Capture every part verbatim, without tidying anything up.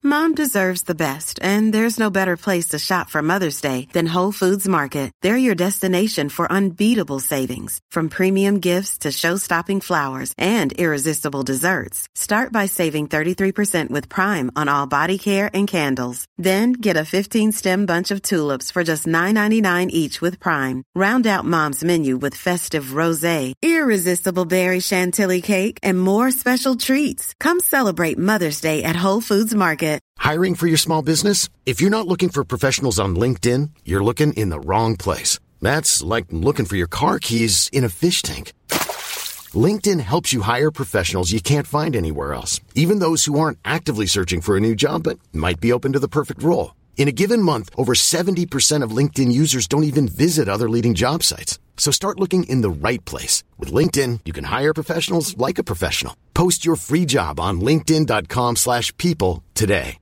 Mom deserves the best, and there's no better place to shop for Mother's Day than Whole Foods Market. They're your destination for unbeatable savings, from premium gifts to show-stopping flowers and irresistible desserts. Start by saving thirty-three percent with Prime on all body care and candles. Then get a fifteen-stem bunch of tulips for just nine ninety-nine each with Prime. Round out Mom's menu with festive rosé, irresistible berry chantilly cake, and more special treats. Come celebrate Mother's Day at Whole Foods Market. Hiring for your small business? If you're not looking for professionals on LinkedIn, you're looking in the wrong place. That's like looking for your car keys in a fish tank. LinkedIn helps you hire professionals you can't find anywhere else, even those who aren't actively searching for a new job but might be open to the perfect role. In a given month, over seventy percent of LinkedIn users don't even visit other leading job sites. So start looking in the right place. With LinkedIn, you can hire professionals like a professional. Post your free job on linkedin.com slash people today.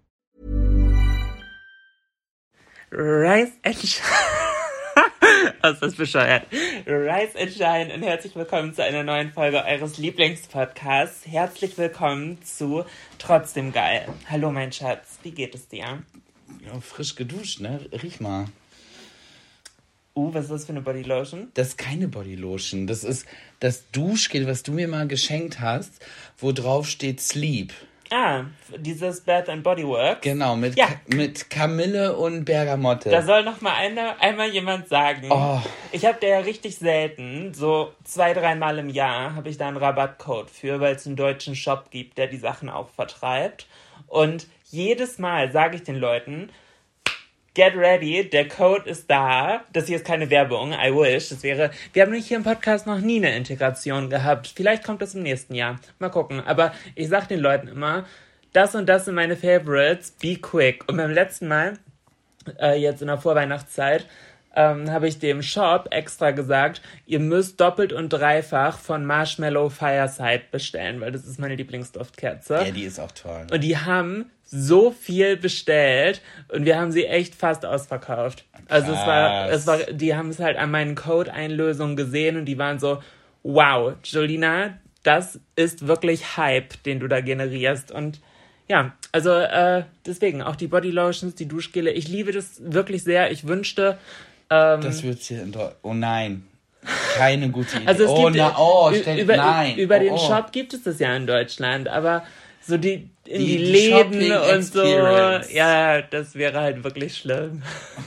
Rise and Shine. Das ist bescheuert. Rise and Shine und herzlich willkommen zu einer neuen Folge eures Lieblingspodcasts. Herzlich willkommen zu Trotzdem Geil. Hallo mein Schatz, wie geht es dir? Ja, frisch geduscht, ne? Riech mal. Uh, was ist das für eine Bodylotion? Das ist keine Bodylotion. Das ist das Duschgel, was du mir mal geschenkt hast, wo drauf steht Sleep. Ah, dieses Bath and Body Works. Genau, mit, ja. Ka- mit Kamille und Bergamotte. Da soll noch mal eine, einmal jemand sagen, oh. Ich habe da ja richtig selten, so zwei, dreimal im Jahr, habe ich da einen Rabattcode für, weil es einen deutschen Shop gibt, der die Sachen auch vertreibt. Und jedes Mal sage ich den Leuten, get ready, der Code ist da. Das hier ist keine Werbung, I wish. Das wäre, wir haben hier im Podcast noch nie eine Integration gehabt. Vielleicht kommt das im nächsten Jahr. Mal gucken. Aber ich sag den Leuten immer, das und das sind meine Favorites, be quick. Und beim letzten Mal, äh, jetzt in der Vorweihnachtszeit, ähm, habe ich dem Shop extra gesagt, ihr müsst doppelt und dreifach von Marshmallow Fireside bestellen, weil das ist meine Lieblingsduftkerze. Ja, die ist auch toll. Und die haben so viel bestellt und wir haben sie echt fast ausverkauft. Krass. Also es war, es war, die haben es halt an meinen Code-Einlösungen gesehen und die waren so, wow, Jolina, das ist wirklich Hype, den du da generierst. Und ja, also äh, deswegen auch die Bodylotions, die Duschgele, ich liebe das wirklich sehr. Ich wünschte, ähm, das wird hier in Deutschland. Oh nein. Keine gute Idee. Also es oh, gibt, na, oh, stell, über, nein. über oh, den oh. Shop gibt es das ja in Deutschland, aber so die in die, die, die Läden und so, Experience. ja, das wäre halt wirklich schlimm.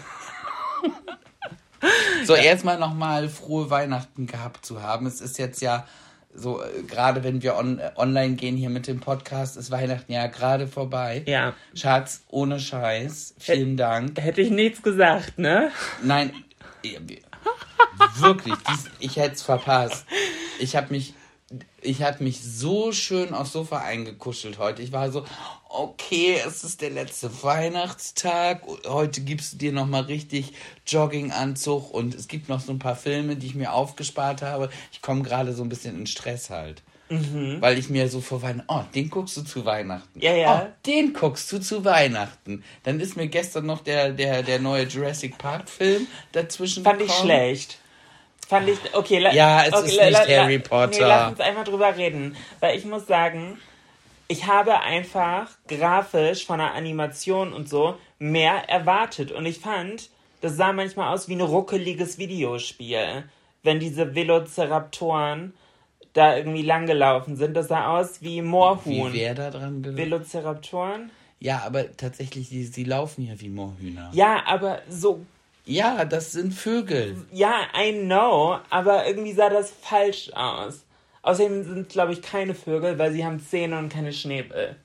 So, ja. Erstmal nochmal frohe Weihnachten gehabt zu haben. Es ist jetzt ja so, äh, gerade wenn wir on, äh, online gehen hier mit dem Podcast, ist Weihnachten ja gerade vorbei. Ja. Schatz, ohne Scheiß, vielen H- Dank. Hätte ich nichts gesagt, ne? Nein, wirklich, dies, ich hätte es verpasst. Ich habe mich, ich habe mich so schön aufs Sofa eingekuschelt heute. Ich war so, okay, es ist der letzte Weihnachtstag. Heute gibst du dir nochmal richtig Jogginganzug und es gibt noch so ein paar Filme, die ich mir aufgespart habe. Ich komme gerade so ein bisschen in Stress halt. Mhm. Weil ich mir so vor Weihnachten, oh, den guckst du zu Weihnachten. Ja, ja. Oh, den guckst du zu Weihnachten. Dann ist mir gestern noch der, der, der neue Jurassic Park Film dazwischen Fand gekommen. ich schlecht. Fand ich, okay. La, ja, es okay, ist la, nicht la, Harry Potter. Nee, lass uns einmal drüber reden. Weil ich muss sagen, ich habe einfach grafisch von der Animation und so mehr erwartet. Und ich fand, das sah manchmal aus wie ein ruckeliges Videospiel. Wenn diese Velociraptoren da irgendwie langgelaufen sind. Das sah aus wie Moorhuhn. Wie wer da dran gelaufen? Velociraptoren? Ja, aber tatsächlich, die, sie laufen ja wie Moorhühner. Ja, aber so... Ja, das sind Vögel. Ja, I know, aber irgendwie sah das falsch aus. Außerdem sind es, glaube ich, keine Vögel, weil sie haben Zähne und keine Schnäbel.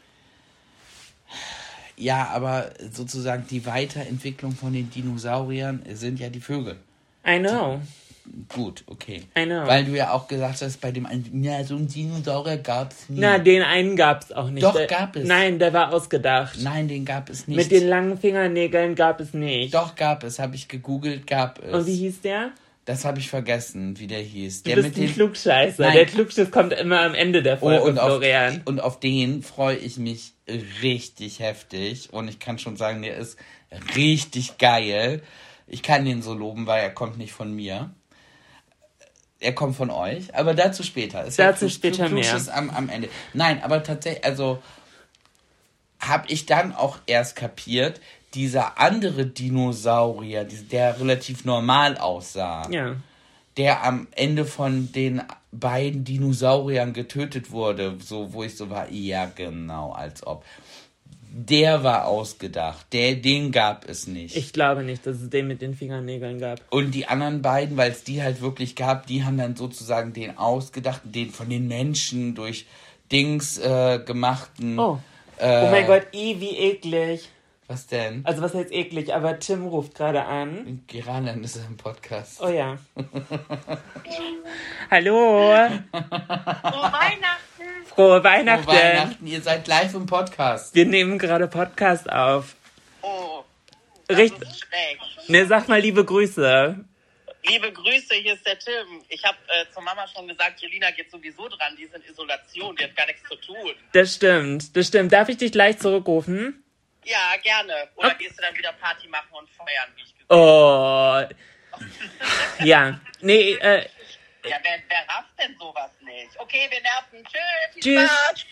Ja, aber sozusagen die Weiterentwicklung von den Dinosauriern sind ja die Vögel. I know. Gut, okay. I know. Weil du ja auch gesagt hast, bei dem einen, ja, so einen Dinosaurier gab es nie. Na, den einen gab es auch nicht. Doch, der, gab es. Nein, der war ausgedacht. Nein, den gab es nicht. Mit den langen Fingernägeln gab es nicht. Doch, gab es. Habe ich gegoogelt, gab es. Und wie hieß der? Das habe ich vergessen, wie der hieß. Der Du bist mit ein den Klugscheißer. Nein. Der Klugschiss kommt immer am Ende der Folge, oh, und Florian. Auf, und auf den freue ich mich richtig heftig. Und ich kann schon sagen, der ist richtig geil. Ich kann den so loben, weil er kommt nicht von mir. Er kommt von euch, aber dazu später. Ist dazu ja später mehr. Am, am Ende. Nein, aber tatsächlich, also habe ich dann auch erst kapiert, dieser andere Dinosaurier, der relativ normal aussah, ja. der am Ende von den beiden Dinosauriern getötet wurde, so wo ich so war, ja genau, als ob. Der war ausgedacht, der, den gab es nicht. Ich glaube nicht, dass es den mit den Fingernägeln gab. Und die anderen beiden, weil es die halt wirklich gab, die haben dann sozusagen den ausgedachten, den von den Menschen durch Dings äh, gemachten. Oh. Äh, oh mein Gott, i, wie eklig. Was denn? Also was heißt eklig, aber Tim ruft gerade an. Gerade ist er im Podcast. Oh ja. Hallo. Frohe Weihnachten. Frohe Weihnachten. Frohe Weihnachten, ihr seid live im Podcast. Wir nehmen gerade Podcast auf. Oh, das Richt- ist schräg. Ne, sag mal liebe Grüße. Liebe Grüße, hier ist der Tim. Ich habe äh, zur Mama schon gesagt, Julina geht sowieso dran, die ist in Isolation, die hat gar nichts zu tun. Das stimmt, das stimmt. Darf ich dich gleich zurückrufen? Ja, gerne. Oder gehst du dann wieder Party machen und feiern, wie ich gesagt Oh. Ja. Nee, äh, habe? Ja, wer, wer rafft denn sowas nicht? Okay, wir nerven. Tschüss. Tschüss.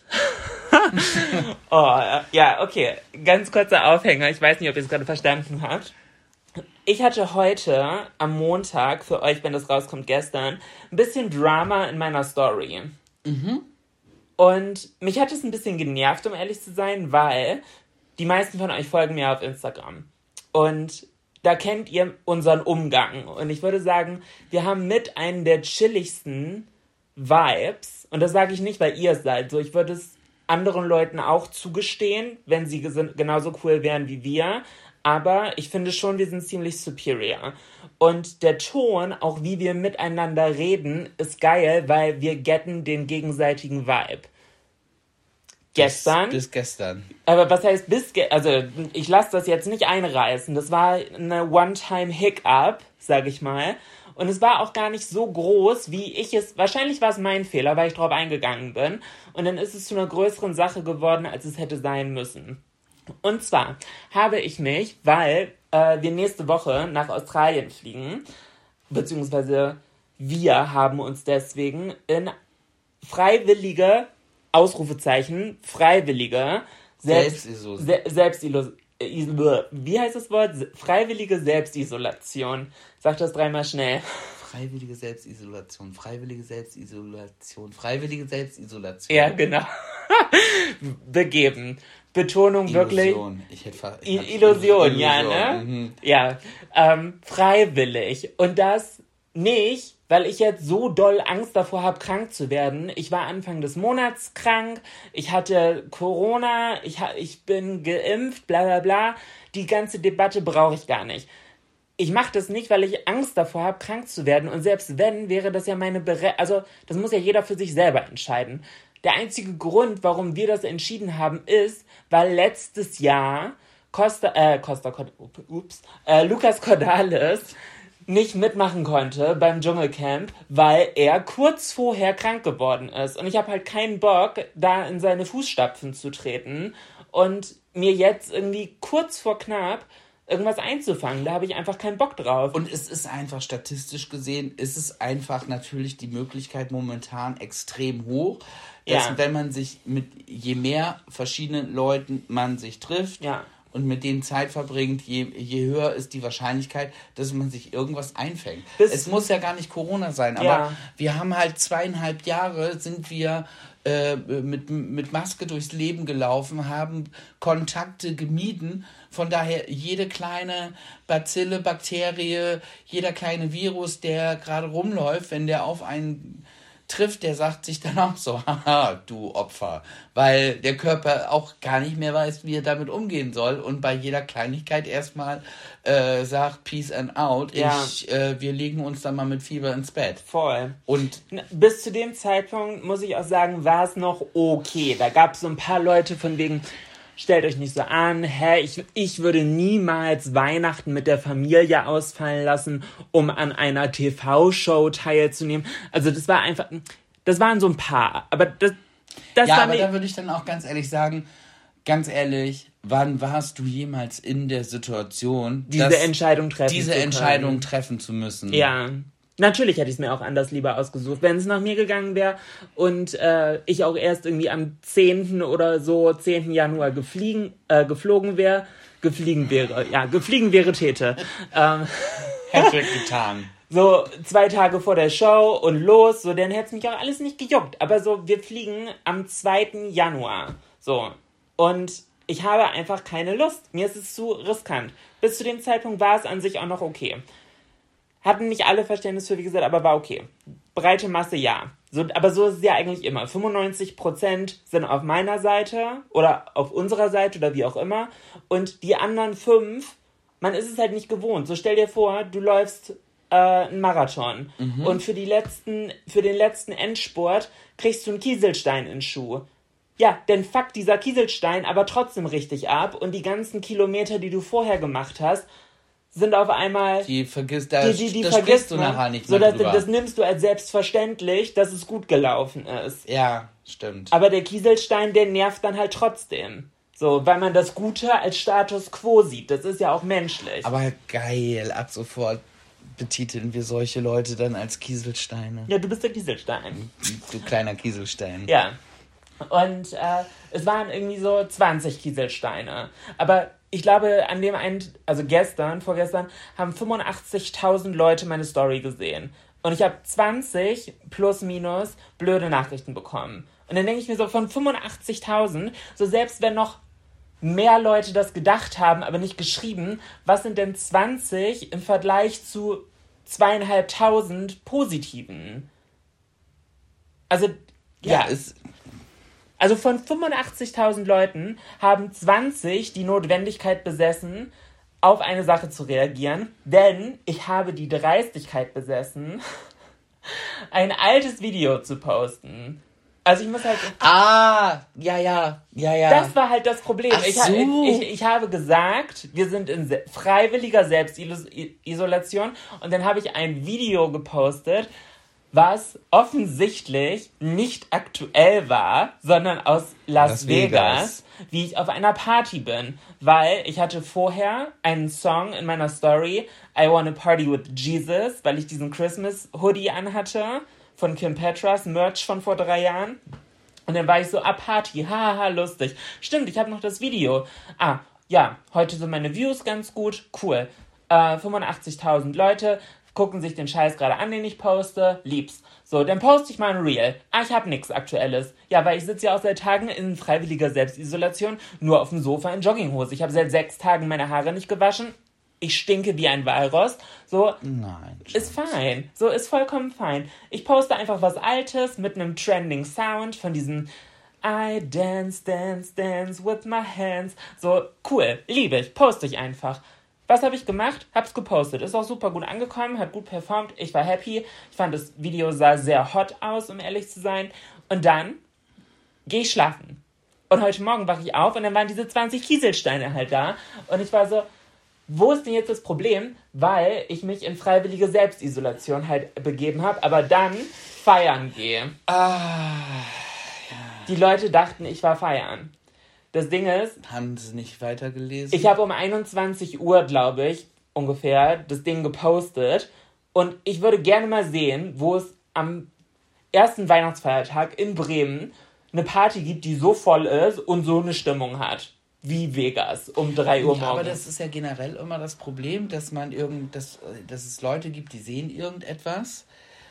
Spaß. oh, ja, okay. Ganz kurzer Aufhänger. Ich weiß nicht, ob ihr es gerade verstanden habt. Ich hatte heute am Montag, für euch, wenn das rauskommt, gestern, ein bisschen Drama in meiner Story. Mhm. Und mich hat es ein bisschen genervt, um ehrlich zu sein, weil die meisten von euch folgen mir auf Instagram. Und da kennt ihr unseren Umgang. Und ich würde sagen, wir haben mit einen der chilligsten Vibes. Und das sage ich nicht, weil ihr es seid. So, ich würde es anderen Leuten auch zugestehen, wenn sie ges- genauso cool wären wie wir. Aber ich finde schon, wir sind ziemlich superior. Und der Ton, auch wie wir miteinander reden, ist geil, weil wir getten den gegenseitigen Vibe. Gestern. Bis, bis gestern. Aber was heißt bis ge- Also, ich lasse das jetzt nicht einreißen. Das war eine One-Time-Hiccup, sag ich mal. Und es war auch gar nicht so groß, wie ich es... Wahrscheinlich war es mein Fehler, weil ich drauf eingegangen bin. Und dann ist es zu einer größeren Sache geworden, als es hätte sein müssen. Und zwar habe ich mich, weil äh, wir nächste Woche nach Australien fliegen, beziehungsweise wir haben uns deswegen in freiwillige, Ausrufezeichen, freiwillige, Selbst, Selbstisolation. Se Selbstilo wie heißt das Wort? Freiwillige Selbstisolation. Sag das dreimal schnell. Freiwillige Selbstisolation, freiwillige Selbstisolation, freiwillige Selbstisolation. Ja, genau. Begeben. Betonung wirklich. Illusion. Ich hätte ver- ich I Illusion, Illusion, ja, ne? Mhm. Ja, ähm, freiwillig. Und das nicht, weil ich jetzt so doll Angst davor habe, krank zu werden. Ich war Anfang des Monats krank, ich hatte Corona, ich, ha ich bin geimpft, bla bla bla. Die ganze Debatte brauche ich gar nicht. Ich mache das nicht, weil ich Angst davor habe, krank zu werden. Und selbst wenn, wäre das ja meine Bere... Also, das muss ja jeder für sich selber entscheiden. Der einzige Grund, warum wir das entschieden haben, ist, weil letztes Jahr Costa, äh, Costa, ups, äh, Lukas Cordalis nicht mitmachen konnte beim Dschungelcamp, weil er kurz vorher krank geworden ist. Und ich habe halt keinen Bock, da in seine Fußstapfen zu treten und mir jetzt irgendwie kurz vor knapp irgendwas einzufangen. Da habe ich einfach keinen Bock drauf. Und es ist einfach, statistisch gesehen, ist es einfach natürlich die Möglichkeit momentan extrem hoch, dass Ja. wenn man sich mit, je mehr verschiedenen Leuten man sich trifft, Ja. und mit denen Zeit verbringt, je, je höher ist die Wahrscheinlichkeit, dass man sich irgendwas einfängt. Bis- es muss ja gar nicht Corona sein, aber Ja. wir haben halt zweieinhalb Jahre, sind wir äh, mit, mit Maske durchs Leben gelaufen, haben Kontakte gemieden. Von daher jede kleine Bazille, Bakterie, jeder kleine Virus, der gerade rumläuft, wenn der auf einen trifft, der sagt sich dann auch so, haha, du Opfer, weil der Körper auch gar nicht mehr weiß, wie er damit umgehen soll und bei jeder Kleinigkeit erstmal äh, sagt, peace and out, Ja. ich, äh, wir legen uns dann mal mit Fieber ins Bett. Voll. Und Bis zu dem Zeitpunkt, muss ich auch sagen, war es noch okay. Da gab es so ein paar Leute von wegen, stellt euch nicht so an, hä, ich, ich würde niemals Weihnachten mit der Familie ausfallen lassen, um an einer T V-Show teilzunehmen. Also das war einfach, das waren so ein paar, aber das, das ja, war aber nicht... da würde ich dann auch ganz ehrlich sagen, ganz ehrlich, wann warst du jemals in der Situation, Diese dass Entscheidung treffen diese zu können. Entscheidung treffen zu müssen? Ja, Natürlich hätte ich es mir auch anders lieber ausgesucht, wenn es nach mir gegangen wäre und äh, ich auch erst irgendwie am zehnten oder so, zehnten Januar gefliegen, äh, geflogen wäre, gefliegen wäre, ja, gefliegen wäre Tete. Ähm, Hattrick getan. So zwei Tage vor der Show und los, so, dann hätte es mich auch alles nicht gejuckt. Aber so, wir fliegen am zweiten Januar. So, und ich habe einfach keine Lust. Mir ist es zu riskant. Bis zu dem Zeitpunkt war es an sich auch noch okay. Hatten nicht alle Verständnis für, wie gesagt, aber war okay. Breite Masse, ja. So, aber so ist es ja eigentlich immer. fünfundneunzig Prozent sind auf meiner Seite oder auf unserer Seite oder wie auch immer. Und die anderen fünf, man ist es halt nicht gewohnt. So stell dir vor, du läufst äh, einen Marathon. Mhm. Und für, die letzten, für den letzten Endspurt kriegst du einen Kieselstein in den Schuh. Ja, dann fuckt dieser Kieselstein aber trotzdem richtig ab. Und die ganzen Kilometer, die du vorher gemacht hast, sind auf einmal... Die vergisst, da, die, die, die da vergisst du man, nachher nicht so mehr dass, drüber. Das nimmst du als selbstverständlich, dass es gut gelaufen ist. Ja, stimmt. Aber der Kieselstein, der nervt dann halt trotzdem. So, weil man das Gute als Status quo sieht. Das ist ja auch menschlich. Aber geil, ab sofort betiteln wir solche Leute dann als Kieselsteine. Ja, du bist der Kieselstein. Du kleiner Kieselstein. Ja. Und äh, es waren irgendwie so zwanzig Kieselsteine. Aber ich glaube, an dem einen, also gestern, vorgestern, haben fünfundachtzigtausend Leute meine Story gesehen. Und ich habe zwanzig plus minus blöde Nachrichten bekommen. Und dann denke ich mir so, von fünfundachtzigtausend, so selbst wenn noch mehr Leute das gedacht haben, aber nicht geschrieben, was sind denn zwanzig im Vergleich zu zweieinhalbtausend positiven? Also, ja, ja es... Also von fünfundachtzigtausend Leuten haben zwanzig die Notwendigkeit besessen, auf eine Sache zu reagieren, denn ich habe die Dreistigkeit besessen, ein altes Video zu posten. Also ich muss halt... Ah, ja, ja, ja, ja. Das war halt das Problem. Ach Ich, so. ich, ich, ich habe gesagt, wir sind in se- freiwilliger Selbstisolation und dann habe ich ein Video gepostet, was offensichtlich nicht aktuell war, sondern aus Las, Las Vegas, Vegas, wie ich auf einer Party bin. Weil ich hatte vorher einen Song in meiner Story, I Wanna Party with Jesus, weil ich diesen Christmas-Hoodie anhatte von Kim Petras, Merch von vor drei Jahren. Und dann war ich so, ah, Party, haha, lustig. Stimmt, ich habe noch das Video. Ah, ja, heute sind meine Views ganz gut, cool. Äh, fünfundachtzigtausend Leute gucken sich den Scheiß gerade an, den ich poste, lieb's. So, dann poste ich mal ein Reel. Ah, ich habe nichts Aktuelles. Ja, weil ich sitze ja auch seit Tagen in freiwilliger Selbstisolation, nur auf dem Sofa in Jogginghose. Ich habe seit sechs Tagen meine Haare nicht gewaschen. Ich stinke wie ein Walross. So, Nein, ist fein. So, ist vollkommen fein. Ich poste einfach was Altes mit einem trending Sound von diesem I dance, dance, dance with my hands. So, cool, liebe ich, poste ich einfach. Was habe ich gemacht? Hab's gepostet. Ist auch super gut angekommen, hat gut performt. Ich war happy. Ich fand, das Video sah sehr hot aus, um ehrlich zu sein. Und dann gehe ich schlafen. Und heute Morgen wache ich auf und dann waren diese zwanzig Kieselsteine halt da. Und ich war so, wo ist denn jetzt das Problem? Weil ich mich in freiwillige Selbstisolation halt begeben habe, aber dann feiern gehe. Ah, ja. Die Leute dachten, ich war feiern. Das Ding ist... Haben sie nicht weitergelesen? Ich habe um einundzwanzig Uhr, glaube ich, ungefähr, das Ding gepostet. Und ich würde gerne mal sehen, wo es am ersten Weihnachtsfeiertag in Bremen eine Party gibt, die so voll ist und so eine Stimmung hat. Wie Vegas um drei Uhr morgens. Ja, aber das ist ja generell immer das Problem, dass man irgend, dass, dass es Leute gibt, die sehen irgendetwas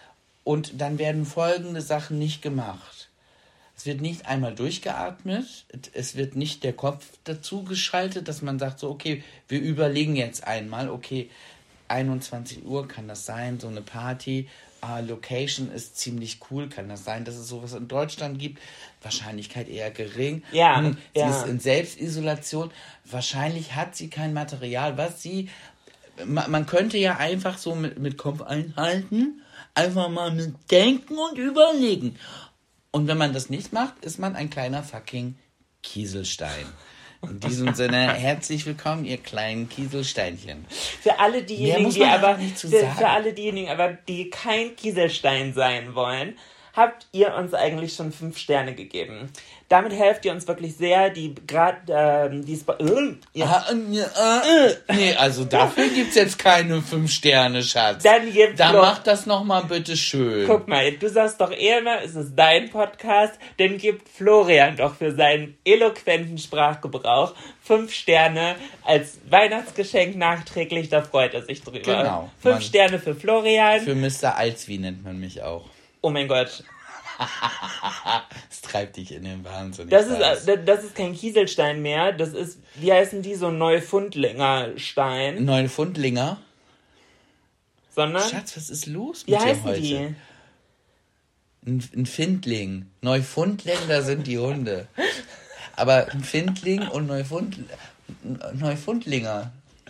und dann werden folgende Sachen nicht gemacht. Es wird nicht einmal durchgeatmet, es wird nicht der Kopf dazu geschaltet, dass man sagt so, okay, wir überlegen jetzt einmal, okay, einundzwanzig Uhr kann das sein, so eine Party, ah, Location ist ziemlich cool, kann das sein, dass es sowas in Deutschland gibt, Wahrscheinlichkeit eher gering. Ja, hm, sie ja. ist in Selbstisolation, wahrscheinlich hat sie kein Material, was sie, man, man könnte ja einfach so mit, mit Kopf einhalten, einfach mal mit denken und überlegen. Und wenn man das nicht macht, ist man ein kleiner fucking Kieselstein. In diesem Sinne, herzlich willkommen, ihr kleinen Kieselsteinchen. Für alle diejenigen, muss die man aber nicht zu für, sagen. für alle diejenigen, aber die kein Kieselstein sein wollen, habt ihr uns eigentlich schon fünf Sterne gegeben. Damit helft ihr uns wirklich sehr, die gerade, ähm, die Sp- äh, ja. Ah, äh, äh, nee, also dafür gibt's jetzt keine fünf Sterne, Schatz. Dann gibt's Da noch- mach das nochmal bitte schön. Guck mal, du sagst doch eh immer, es ist dein Podcast, dann gibt Florian doch für seinen eloquenten Sprachgebrauch fünf Sterne als Weihnachtsgeschenk nachträglich, da freut er sich drüber. Genau. Fünf Man- Sterne für Florian. Für Mister Alswie nennt man mich auch. Oh mein Gott. Das treibt dich in den Wahnsinn. Das ich weiß. ist, äh, das ist kein Kieselstein mehr, das ist, wie heißen die, so Neufundlinger-Stein, Neufundlinger. sondern, Schatz, was ist los wie mit dir heißen heute? die? Ein, ein Findling. Neufundländer sind die Hunde. Aber ein Findling und Neufund, Neufundlinger.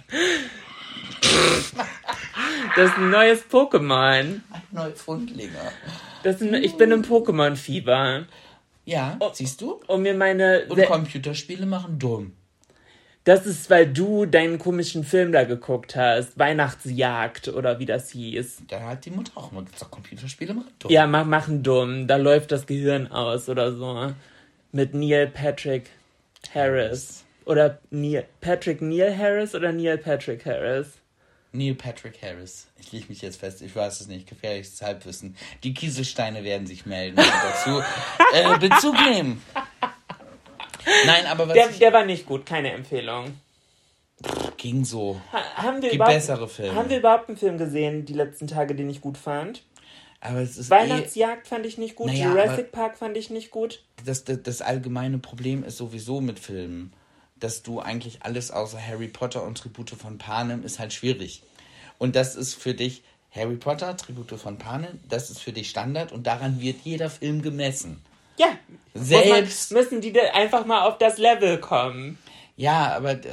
Das ist ein neues Pokémon. Ein Neufundlinger. Das ist ein, ich bin im Pokémon-Fieber. Ja, siehst du? Und mir meine... Und Computerspiele machen dumm. Das ist, weil du deinen komischen Film da geguckt hast. Weihnachtsjagd oder wie das hieß. Da hat die Mutter auch immer gesagt, Computerspiele machen dumm. Ja, mach, machen dumm. Da läuft das Gehirn aus oder so. Mit Neil Patrick Harris. Oder Neil, Patrick Neil Harris oder Neil Patrick Harris? Neil Patrick Harris. Ich lege mich jetzt fest, ich weiß es nicht. Gefährliches Halbwissen. Die Kieselsteine werden sich melden und dazu äh, Bezug nehmen. Nein, aber was Der, ich, der war nicht gut, keine Empfehlung. ging so. Ha, haben, wir Gibt überhaupt, bessere Filme. haben wir überhaupt einen Film gesehen die letzten Tage, den ich gut fand? Aber es ist eh, Weihnachtsjagd fand ich nicht gut, Naja, Jurassic Park fand ich nicht gut. das, das, das allgemeine Problem ist sowieso mit Filmen, dass du eigentlich alles außer Harry Potter und Tribute von Panem ist halt schwierig. Und das ist für dich Harry Potter, Tribute von Panem, das ist für dich Standard und daran wird jeder Film gemessen. Ja, Selbst- muss man, müssen die da einfach mal auf das Level kommen. Ja, aber äh,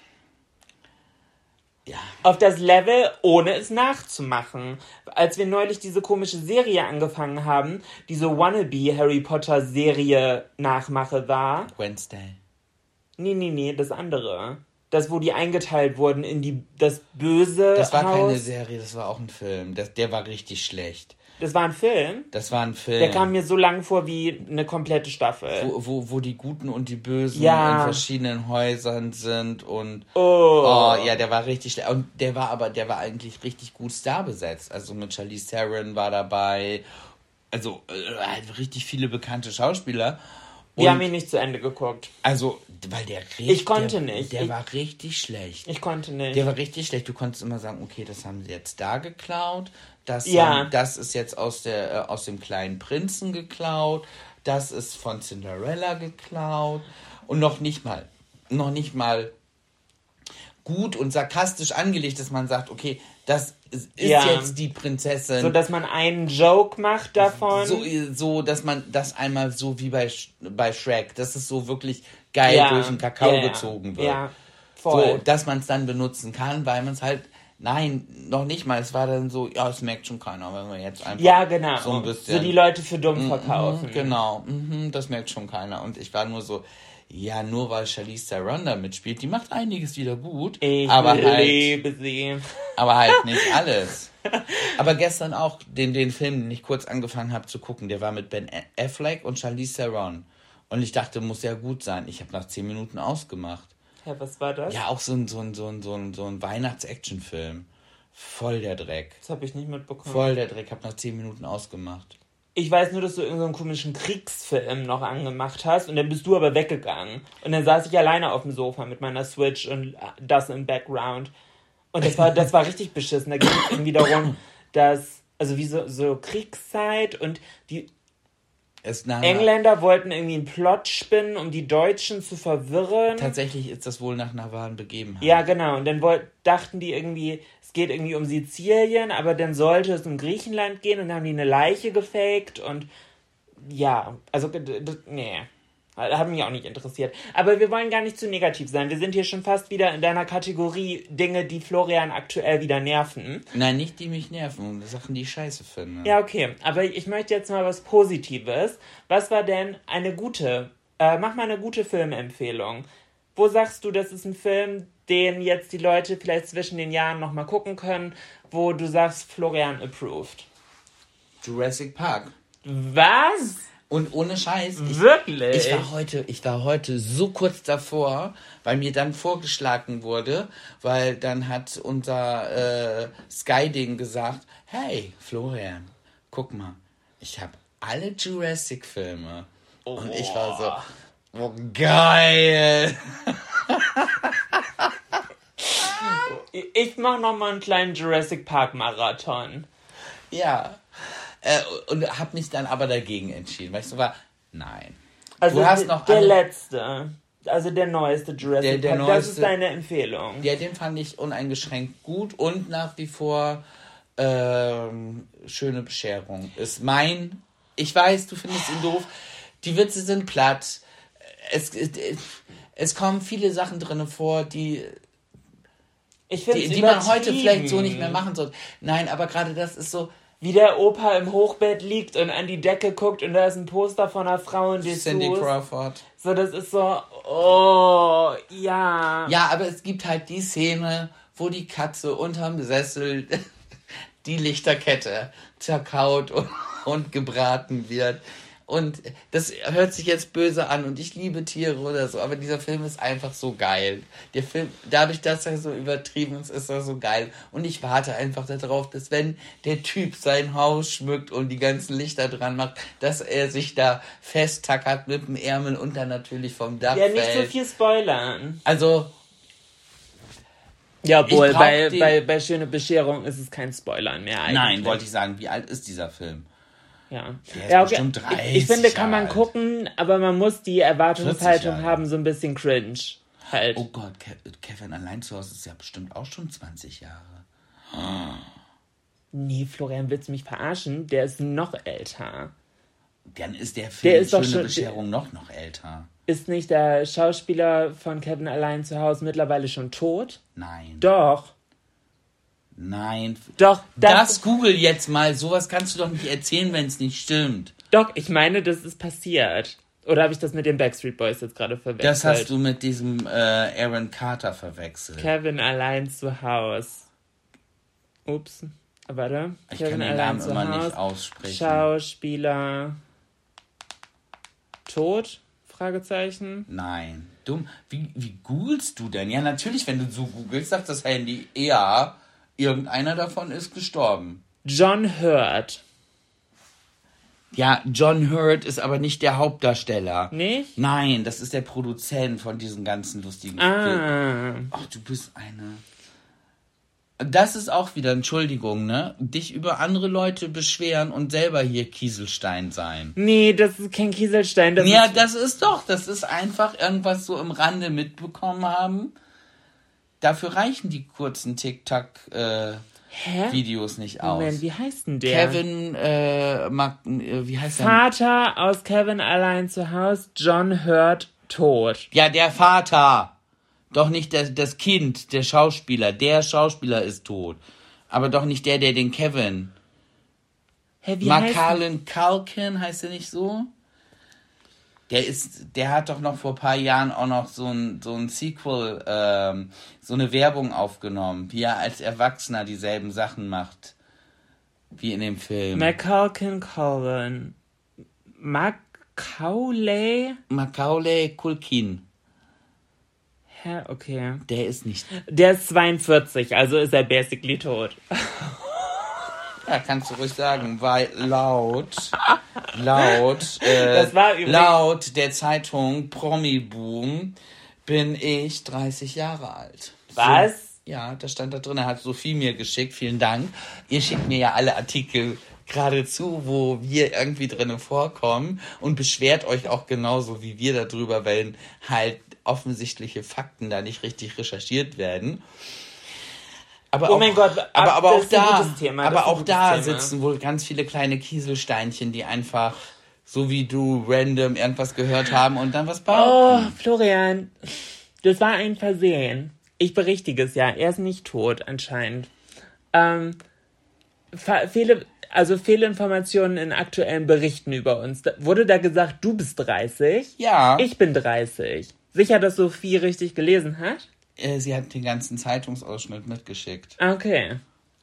ja, Auf das Level, ohne es nachzumachen. Als wir neulich diese komische Serie angefangen haben, diese Wannabe Harry Potter Serie Nachmache war. Wednesday. Nee, nee, nee, das andere. Das, wo die eingeteilt wurden in die das böse Das war Haus. keine Serie, das war auch ein Film. Das, der war richtig schlecht. Das war ein Film. Das war ein Film. Der kam mir so lang vor wie eine komplette Staffel. wo, wo, wo die Guten und die Bösen Ja. in verschiedenen Häusern sind und Oh. oh, ja, der war richtig schlecht. Und der war aber, der war eigentlich richtig gut starbesetzt. Also mit Charlize Theron war dabei, also äh, halt richtig viele bekannte Schauspieler. Und Wir haben ihn nicht zu Ende geguckt. also, weil der richtig, Ich konnte der, nicht. Der Ich- war richtig schlecht. Ich konnte nicht. Der war richtig schlecht. Du konntest immer sagen, okay, das haben sie jetzt da geklaut. Das, Ja. ähm, das ist jetzt aus, der, äh, aus dem kleinen Prinzen geklaut. Das ist von Cinderella geklaut. Und noch nicht mal, noch nicht mal gut und sarkastisch angelegt, dass man sagt, okay, das ist Ja. jetzt die Prinzessin. so, dass man einen Joke macht davon. So, so, dass man das einmal so wie bei, Sh- bei Shrek, dass es so wirklich geil Ja. durch den Kakao Ja, ja. gezogen wird. Ja, voll. So, dass man es dann benutzen kann, weil man es halt, nein, noch nicht mal, es war dann so, ja, es merkt schon keiner, wenn wir jetzt einfach Ja, genau. so ein bisschen... So die Leute für dumm verkaufen. Mhm, genau, mhm, das merkt schon keiner. Und ich war nur so, ja, nur weil Charlize Theron da mitspielt, die macht einiges wieder gut, Ich aber halt, liebe sie. aber halt nicht alles. Aber gestern auch den, den Film, den ich kurz angefangen habe zu gucken, der war mit Ben Affleck und Charlize Theron. Und ich dachte, muss ja gut sein. Ich habe nach zehn Minuten ausgemacht. Hä, was war das? Ja, auch so ein, so ein, so ein, so ein, so ein Weihnachts-Action-Film. Voll der Dreck. Das habe ich nicht mitbekommen. Voll der Dreck. Hab nach zehn Minuten ausgemacht. Ich weiß nur, dass du irgendeinen so komischen Kriegsfilm noch angemacht hast und dann bist du aber weggegangen. Und dann saß ich alleine auf dem Sofa mit meiner Switch und das im Background. Und das war, das war richtig beschissen. Da ging es irgendwie darum, dass, also wie so, so Kriegszeit und die Es, na, Engländer wollten irgendwie einen Plot spinnen, um die Deutschen zu verwirren. Tatsächlich ist das wohl nach einer wahren Begebenheit. Ja, genau. Und dann wollt, dachten die irgendwie, es geht irgendwie um Sizilien, aber dann sollte es um Griechenland gehen und dann haben die eine Leiche gefaked und ja, also, d- d- nee. Hat mich auch nicht interessiert. Aber wir wollen gar nicht zu negativ sein. Wir sind hier schon fast wieder in deiner Kategorie Dinge, die Florian aktuell wieder nerven. Nein, nicht die mich nerven. Sachen, die ich scheiße finde. Ja, okay. Aber ich möchte jetzt mal was Positives. Was war denn eine gute, äh, mach mal eine gute Filmempfehlung. Wo sagst du, das ist ein Film, den jetzt die Leute vielleicht zwischen den Jahren nochmal gucken können, wo du sagst, Florian approved? Jurassic Park. Was? Und ohne Scheiß. Ich, Wirklich? Ich war heute, ich war heute so kurz davor, weil mir dann vorgeschlagen wurde, weil dann hat unser äh, Skyding gesagt, hey, Florian, guck mal, ich habe alle Jurassic-Filme. Oh. Und ich war so, oh, geil. Ich mach noch mal einen kleinen Jurassic Park Marathon. Ja. Äh, und habe mich dann aber dagegen entschieden, weil ich so war, nein. Also du hast noch der alle... letzte, also der neueste Jurassic der, der Park, neueste, das ist deine Empfehlung. Ja, den fand ich uneingeschränkt gut und nach wie vor ähm, schöne Bescherung. Ist mein, ich weiß, du findest ihn doof, die Witze sind platt, es, es, es kommen viele Sachen drin vor, die... Ich die, die man heute vielleicht so nicht mehr machen soll. Nein, aber gerade das ist so... Wie der Opa im Hochbett liegt und an die Decke guckt und da ist ein Poster von einer Frau in Dessous. Cindy Crawford. So, das ist so... Oh, ja. Ja, aber es gibt halt die Szene, wo die Katze unterm Sessel die Lichterkette zerkaut und, und gebraten wird. Und das hört sich jetzt böse an und ich liebe Tiere oder so, aber dieser Film ist einfach so geil. Der Film, dadurch, dass er so übertrieben ist, ist er so geil. Und ich warte einfach darauf, dass wenn der Typ sein Haus schmückt und die ganzen Lichter dran macht, dass er sich da festtackert mit dem Ärmel und dann natürlich vom Dach fällt. Ja, fällt. nicht so viel spoilern. Also... Ja, obwohl, bei, bei, bei Schöne Bescherung ist es kein Spoilern mehr eigentlich. Nein, wollte ich sagen, wie alt ist dieser Film? Ja, der ist ja okay. bestimmt dreißig ich, ich finde, kann man alt. gucken, aber man muss die Erwartungshaltung haben, so ein bisschen cringe halt. Oh Gott, Kevin allein zu Hause ist ja bestimmt auch schon zwanzig Jahre. Oh. Nee, Florian, willst du mich verarschen? Der ist noch älter. Dann ist der Film der ist Schöne doch schon, Bescherung noch, noch älter. Ist nicht der Schauspieler von Kevin allein zu Hause mittlerweile schon tot? Nein. Doch. Nein. Doch. Das, das Google jetzt mal. Sowas kannst du doch nicht erzählen, wenn es nicht stimmt. Doch, ich meine, das ist passiert. Oder habe ich das mit den Backstreet Boys jetzt gerade verwechselt? Das hast du mit diesem äh, Aaron Carter verwechselt. Kevin allein zu Hause. Ups. Warte. Ich Kevin kann den allein Namen zu immer Haus. nicht aussprechen. Schauspieler tot? Fragezeichen. Nein. Dumm. Wie, wie googelst du denn? Ja, natürlich, wenn du so googelst, sagt das Handy, ja, irgendeiner davon ist gestorben. John Hurt. Ja, John Hurt ist aber nicht der Hauptdarsteller. Nicht? Nein, das ist der Produzent von diesen ganzen lustigen ah. Filmen. Ach, du bist eine... Das ist auch wieder, Entschuldigung, ne? Dich über andere Leute beschweren und selber hier Kieselstein sein. Nee, das ist kein Kieselstein. Das ja, ist das ist doch, das ist einfach irgendwas so im Rande mitbekommen haben. Dafür reichen die kurzen TikTok-Videos äh, nicht aus. Moment, wie heißt denn der? Kevin, äh, Mag, äh wie heißt der? Vater aus Kevin allein zu Hause, John Hurt tot. Ja, der Vater. Doch nicht das, das Kind, der Schauspieler. Der Schauspieler ist tot. Aber doch nicht der, der den Kevin. Hä, wie Macaulay Culkin, heißt der nicht so? Der ist, der hat doch noch vor ein paar Jahren auch noch so ein, so ein Sequel, ähm, so eine Werbung aufgenommen, wie er als Erwachsener dieselben Sachen macht. Wie in dem Film. Macaulay Culkin. Macaulay? Macaulay Culkin. Hä, okay. Der ist nicht. Der ist zweiundvierzig, also ist er basically tot. Ja, kannst du ruhig sagen, weil laut, laut, äh, das war übrigens laut der Zeitung Promi Boom bin ich dreißig Jahre alt. Was? So, ja, das stand da drin, er hat Sophie mir geschickt, vielen Dank. Ihr schickt mir ja alle Artikel geradezu, wo wir irgendwie drinnen vorkommen und beschwert euch auch genauso wie wir darüber, weil halt offensichtliche Fakten da nicht richtig recherchiert werden. Aber oh auch, mein Gott, aber, aber auch da, Thema, aber auch da Thema. sitzen wohl ganz viele kleine Kieselsteinchen, die einfach, so wie du, random irgendwas gehört haben und dann was behaupten. Oh, Florian, das war ein Versehen. Ich berichtige es ja, er ist nicht tot anscheinend. Ähm, viele, also Fehlinformationen in aktuellen Berichten über uns. Da, wurde da gesagt, du bist dreißig? Ja. Ich bin dreißig. Sicher, dass Sophie richtig gelesen hat? Sie hat den ganzen Zeitungsausschnitt mitgeschickt. Okay.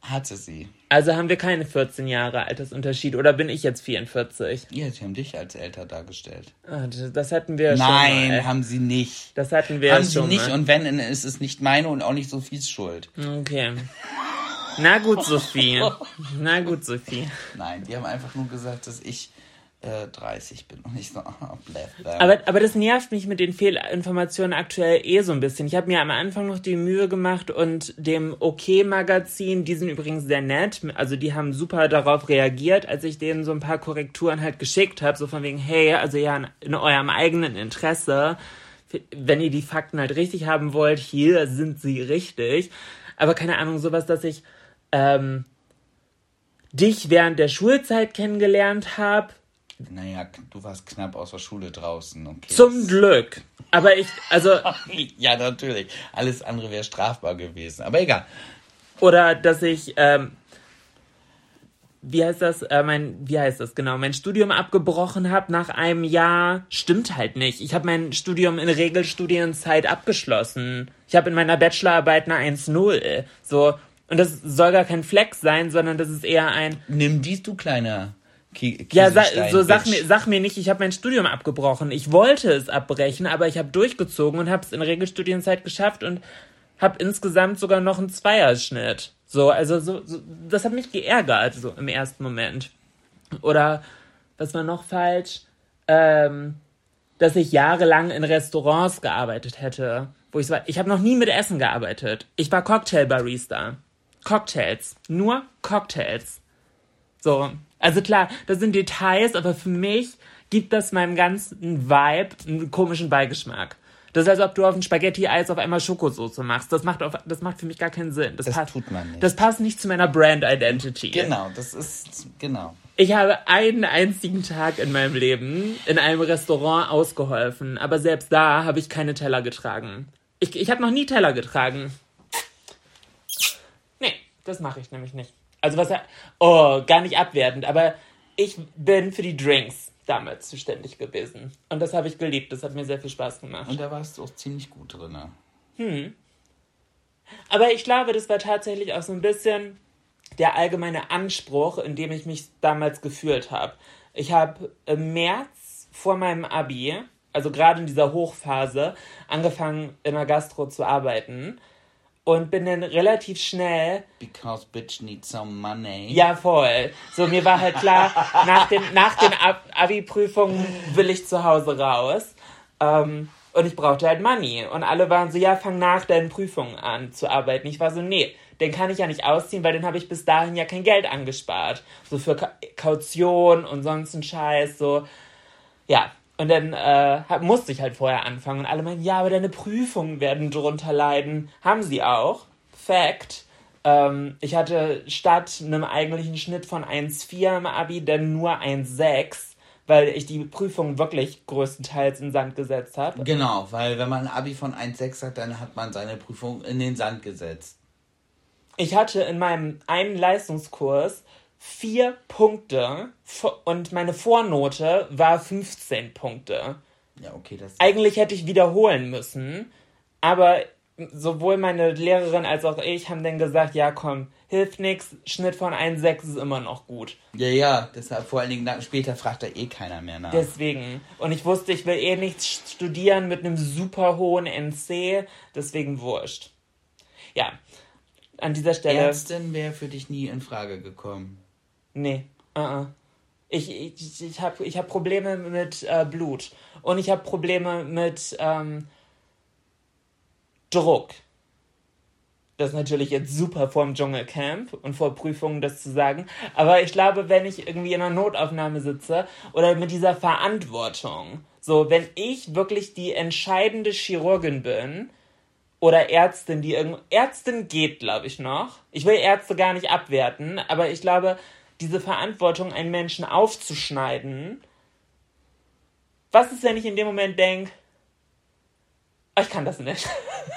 Hatte sie. Also haben wir keine vierzehn Jahre Altersunterschied. Oder bin ich jetzt vierundvierzig? Ja, sie haben dich als älter dargestellt. Ah, das, das hatten wir Nein, schon mal. Nein, haben sie nicht. Das hatten wir haben schon sie nicht. mal. Und wenn, dann ist es nicht meine und auch nicht Sophies Schuld. Okay. Na gut, Sophie. Na gut, Sophie. Nein, die haben einfach nur gesagt, dass ich äh, dreißig bin und nicht so, oh, bleh, bleh. Aber, aber das nervt mich mit den Fehlinformationen aktuell eh so ein bisschen. Ich habe mir am Anfang noch die Mühe gemacht und dem OK-Magazin, die sind übrigens sehr nett, also die haben super darauf reagiert, als ich denen so ein paar Korrekturen halt geschickt habe, so von wegen, hey, also ja, in eurem eigenen Interesse, wenn ihr die Fakten halt richtig haben wollt, hier sind sie richtig. Aber keine Ahnung, sowas, dass ich ähm, dich während der Schulzeit kennengelernt habe. Naja, du warst knapp aus der Schule draußen. Okay, Zum Glück. Aber ich, also... ja, natürlich. Alles andere wäre strafbar gewesen. Aber egal. Oder dass ich, ähm, wie heißt das, äh, mein, wie heißt das genau, mein Studium abgebrochen habe nach einem Jahr. Stimmt halt nicht. Ich habe mein Studium in Regelstudienzeit abgeschlossen. Ich habe in meiner Bachelorarbeit eine eins null. So, und das soll gar kein Flex sein, sondern das ist eher ein... Nimm dies, du kleiner... Ki- ja, sa- so sag mir, sag mir nicht, ich habe mein Studium abgebrochen. Ich wollte es abbrechen, aber ich habe durchgezogen und habe es in Regelstudienzeit geschafft und habe insgesamt sogar noch einen Zweierschnitt. So, also so, so, das hat mich geärgert, so im ersten Moment. Oder, was war noch falsch? Ähm, dass ich jahrelang in Restaurants gearbeitet hätte. Wo ich war, ich habe noch nie mit Essen gearbeitet. Ich war Cocktailbarista. Cocktails. Nur Cocktails. So, also klar, das sind Details, aber für mich gibt das meinem ganzen Vibe einen komischen Beigeschmack. Das ist, als ob du auf ein Spaghetti-Eis auf einmal Schokosoße machst. Das macht, auf, das macht für mich gar keinen Sinn. Das, das passt, tut man nicht. Das passt nicht zu meiner Brand-Identity. Genau, das ist, genau. Ich habe einen einzigen Tag in meinem Leben in einem Restaurant ausgeholfen, aber selbst da habe ich keine Teller getragen. Ich, ich habe noch nie Teller getragen. Nee, das mache ich nämlich nicht. Also was, oh, gar nicht abwertend, aber ich bin für die Drinks damals zuständig gewesen. Und das habe ich geliebt, das hat mir sehr viel Spaß gemacht. Und da warst du auch ziemlich gut drin. Hm. Aber ich glaube, das war tatsächlich auch so ein bisschen der allgemeine Anspruch, in dem ich mich damals gefühlt habe. Ich habe im März vor meinem Abi, also gerade in dieser Hochphase, angefangen in der Gastro zu arbeiten. Und bin dann relativ schnell... Because bitch needs some money. Ja, voll. So, mir war halt klar, nach den, nach den Ab- Abi-Prüfungen will ich zu Hause raus. Ähm, und ich brauchte halt Money. Und alle waren so, ja, fang nach deinen Prüfungen an zu arbeiten. Ich war so, nee, den kann ich ja nicht ausziehen, weil den habe ich bis dahin ja kein Geld angespart. So für Ka- Kaution und sonst ein Scheiß, so. Ja. Und dann äh, musste ich halt vorher anfangen. Und alle meinen, ja, aber deine Prüfungen werden drunter leiden. Haben sie auch. Fact. Ähm, ich hatte statt einem eigentlichen Schnitt von eins Komma vier im Abi dann nur eins Komma sechs, weil ich die Prüfungen wirklich größtenteils in den Sand gesetzt habe. Genau, weil wenn man ein Abi von eins Komma sechs hat, dann hat man seine Prüfung in den Sand gesetzt. Ich hatte in meinem einen Leistungskurs vier Punkte und meine Vornote war fünfzehn Punkte. Ja, okay, das... Eigentlich hätte ich wiederholen müssen, aber sowohl meine Lehrerin als auch ich haben dann gesagt, ja komm, hilft nix, Schnitt von eins Komma sechs ist immer noch gut. Ja, ja, deshalb vor allen Dingen nach, später fragt da eh keiner mehr nach. Deswegen. Und ich wusste, ich will eh nichts studieren mit einem super hohen N C, deswegen wurscht. Ja, an dieser Stelle... Ärztin wäre für dich nie in Frage gekommen. Nee, uh-uh. Ich, ich, ich habe ich hab Probleme mit äh, Blut. Und ich habe Probleme mit ähm, Druck. Das ist natürlich jetzt super vorm Dschungelcamp und vor Prüfungen das zu sagen. Aber ich glaube, wenn ich irgendwie in einer Notaufnahme sitze oder mit dieser Verantwortung, so, wenn ich wirklich die entscheidende Chirurgin bin oder Ärztin, die irgend... Ärztin geht, glaube ich, noch. Ich will Ärzte gar nicht abwerten, aber ich glaube... diese Verantwortung, einen Menschen aufzuschneiden. Was ist, wenn ich in dem Moment denke, oh, ich kann das nicht.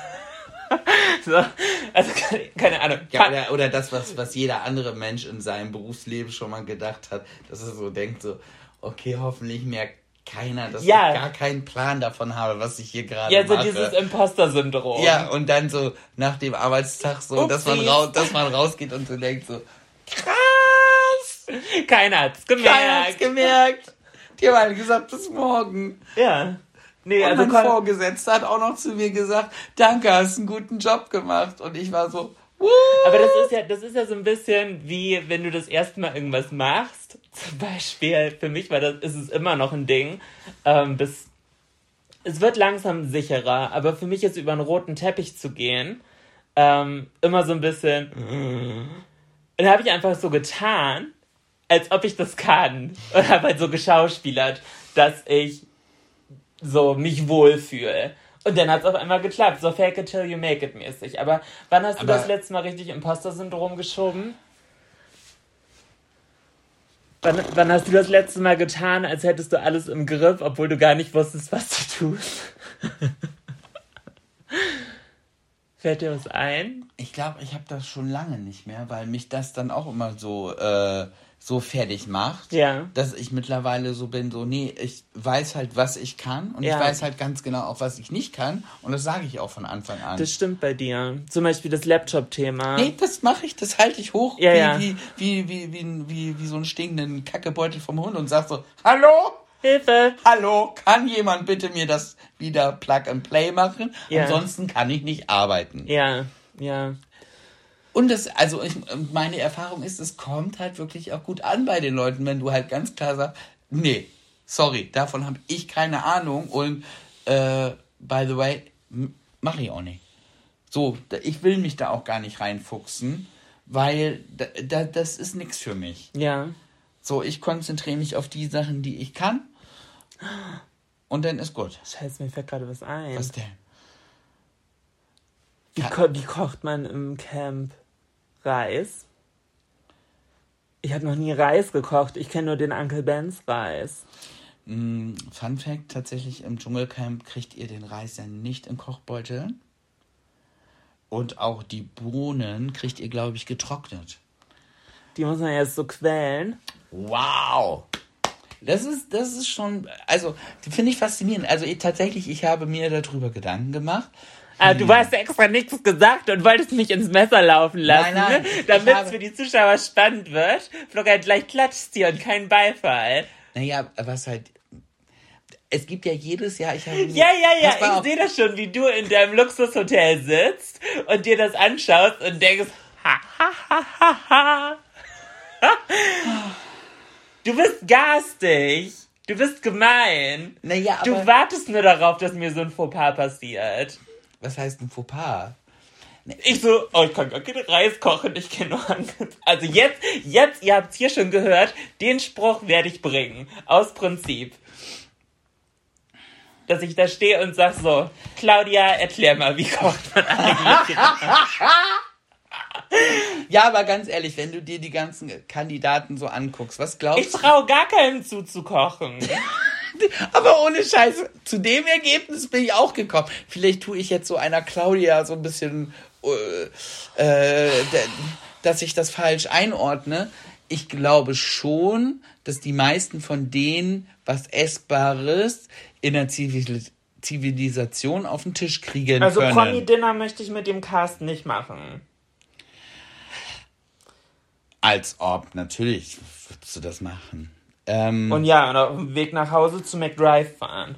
so, also keine, keine Ahnung. Ja, oder, oder das, was, was jeder andere Mensch in seinem Berufsleben schon mal gedacht hat, dass er so denkt, so, okay, hoffentlich merkt keiner, dass Ja. ich gar keinen Plan davon habe, was ich hier gerade Ja, so mache. dieses Imposter-Syndrom. Ja, und dann so nach dem Arbeitstag so, dass man, Upsis. raus, dass man rausgeht und so denkt so, krass! Keiner hat's gemerkt. Keiner hat's gemerkt. Die haben alle gesagt, bis morgen. Ja. Nee, Und also mein kon- Vorgesetzter hat auch noch zu mir gesagt, danke, hast einen guten Job gemacht. Und ich war so, wuh. Aber das ist ja, das ist ja so ein bisschen wie, wenn du das erste Mal irgendwas machst. Zum Beispiel, für mich war das, ist es immer noch ein Ding, ähm, bis, es wird langsam sicherer, aber für mich ist über einen roten Teppich zu gehen, ähm, immer so ein bisschen, und dann habe ich einfach so getan, als ob ich das kann. Und habe halt so geschauspielert, dass ich so mich wohlfühle. Und dann hat es auf einmal geklappt. So fake it till you make it mäßig. Aber wann hast du Aber- das letzte Mal richtig Imposter-Syndrom geschoben? Wann, wann hast du das letzte Mal getan, als hättest du alles im Griff, obwohl du gar nicht wusstest, was du tust? Fällt dir was ein? Ich glaube, ich habe das schon lange nicht mehr, weil mich das dann auch immer so, äh, so fertig macht, Ja. dass ich mittlerweile so bin, so, nee, ich weiß halt, was ich kann und Ja. ich weiß halt ganz genau auch, was ich nicht kann und das sage ich auch von Anfang an. Das stimmt bei dir. Zum Beispiel das Laptop-Thema. Nee, das mache ich, das halte ich hoch Ja, wie, ja. Wie, wie, wie, wie, wie, wie so einen stinkenden Kackebeutel vom Hund und sag so, hallo, Hilfe! hallo, kann jemand bitte mir das wieder Plug and Play machen? Ja. Ansonsten kann ich nicht arbeiten. Ja, ja. Und das, also ich, meine Erfahrung ist, es kommt halt wirklich auch gut an bei den Leuten, wenn du halt ganz klar sagst, nee, sorry, davon habe ich keine Ahnung und äh, by the way, mache ich auch nicht. So, da- ich will mich da auch gar nicht reinfuchsen, weil da, da, das ist nichts für mich. Ja. So, ich konzentriere mich auf die Sachen, die ich kann und dann ist gut. Scheiße, mir fällt gerade was ein. Was denn? Wie, ko- wie kocht man im Camp Reis? Ich habe noch nie Reis gekocht. Ich kenne nur den Uncle Ben's Reis. Mm, Fun Fact, tatsächlich im Dschungelcamp kriegt ihr den Reis ja nicht im Kochbeutel. Und auch die Bohnen kriegt ihr, glaube ich, getrocknet. Die muss man jetzt so quälen. Wow! Das ist, das ist schon, also, finde ich faszinierend. Also ich, tatsächlich, ich habe mir darüber Gedanken gemacht. Ah, du hast extra nichts gesagt und wolltest mich ins Messer laufen lassen, Nein, nein, ne? ich Damit habe- es für die Zuschauer spannend wird. Florian, gleich klatscht sie und kein Beifall. Naja, was halt, es gibt ja jedes Jahr, ich habe... Ja, ja, Pass mal ja, ich auf. sehe das schon, wie du in deinem Luxushotel sitzt und dir das anschaust und denkst, ha, ha, ha, ha, ha. Du bist garstig. Du bist gemein. Naja, Du aber wartest nur darauf, dass mir so ein Fauxpas passiert. was heißt ein Fauxpas? Ich so, oh, ich kann gar keinen Reis kochen, ich kenne nur Angst. Also jetzt, jetzt, ihr habt es hier schon gehört, den Spruch werde ich bringen. Aus Prinzip. Dass ich da stehe und sag so, Claudia, erklär mal, wie kocht man eigentlich? Ja, aber ganz ehrlich, wenn du dir die ganzen Kandidaten so anguckst, was glaubst Ich traue gar keinem zuzukochen. Aber ohne Scheiße, zu dem Ergebnis bin ich auch gekommen. Vielleicht tue ich jetzt so einer Claudia so ein bisschen, äh, äh, dass ich das falsch einordne. Ich glaube schon, dass die meisten von denen was Essbares in der Zivil- Zivilisation auf den Tisch kriegen Also können. Promi-Dinner möchte ich mit dem Cast nicht machen. Als ob, natürlich würdest du das machen. Ähm, Und ja, und auf dem Weg nach Hause zu McDrive fahren.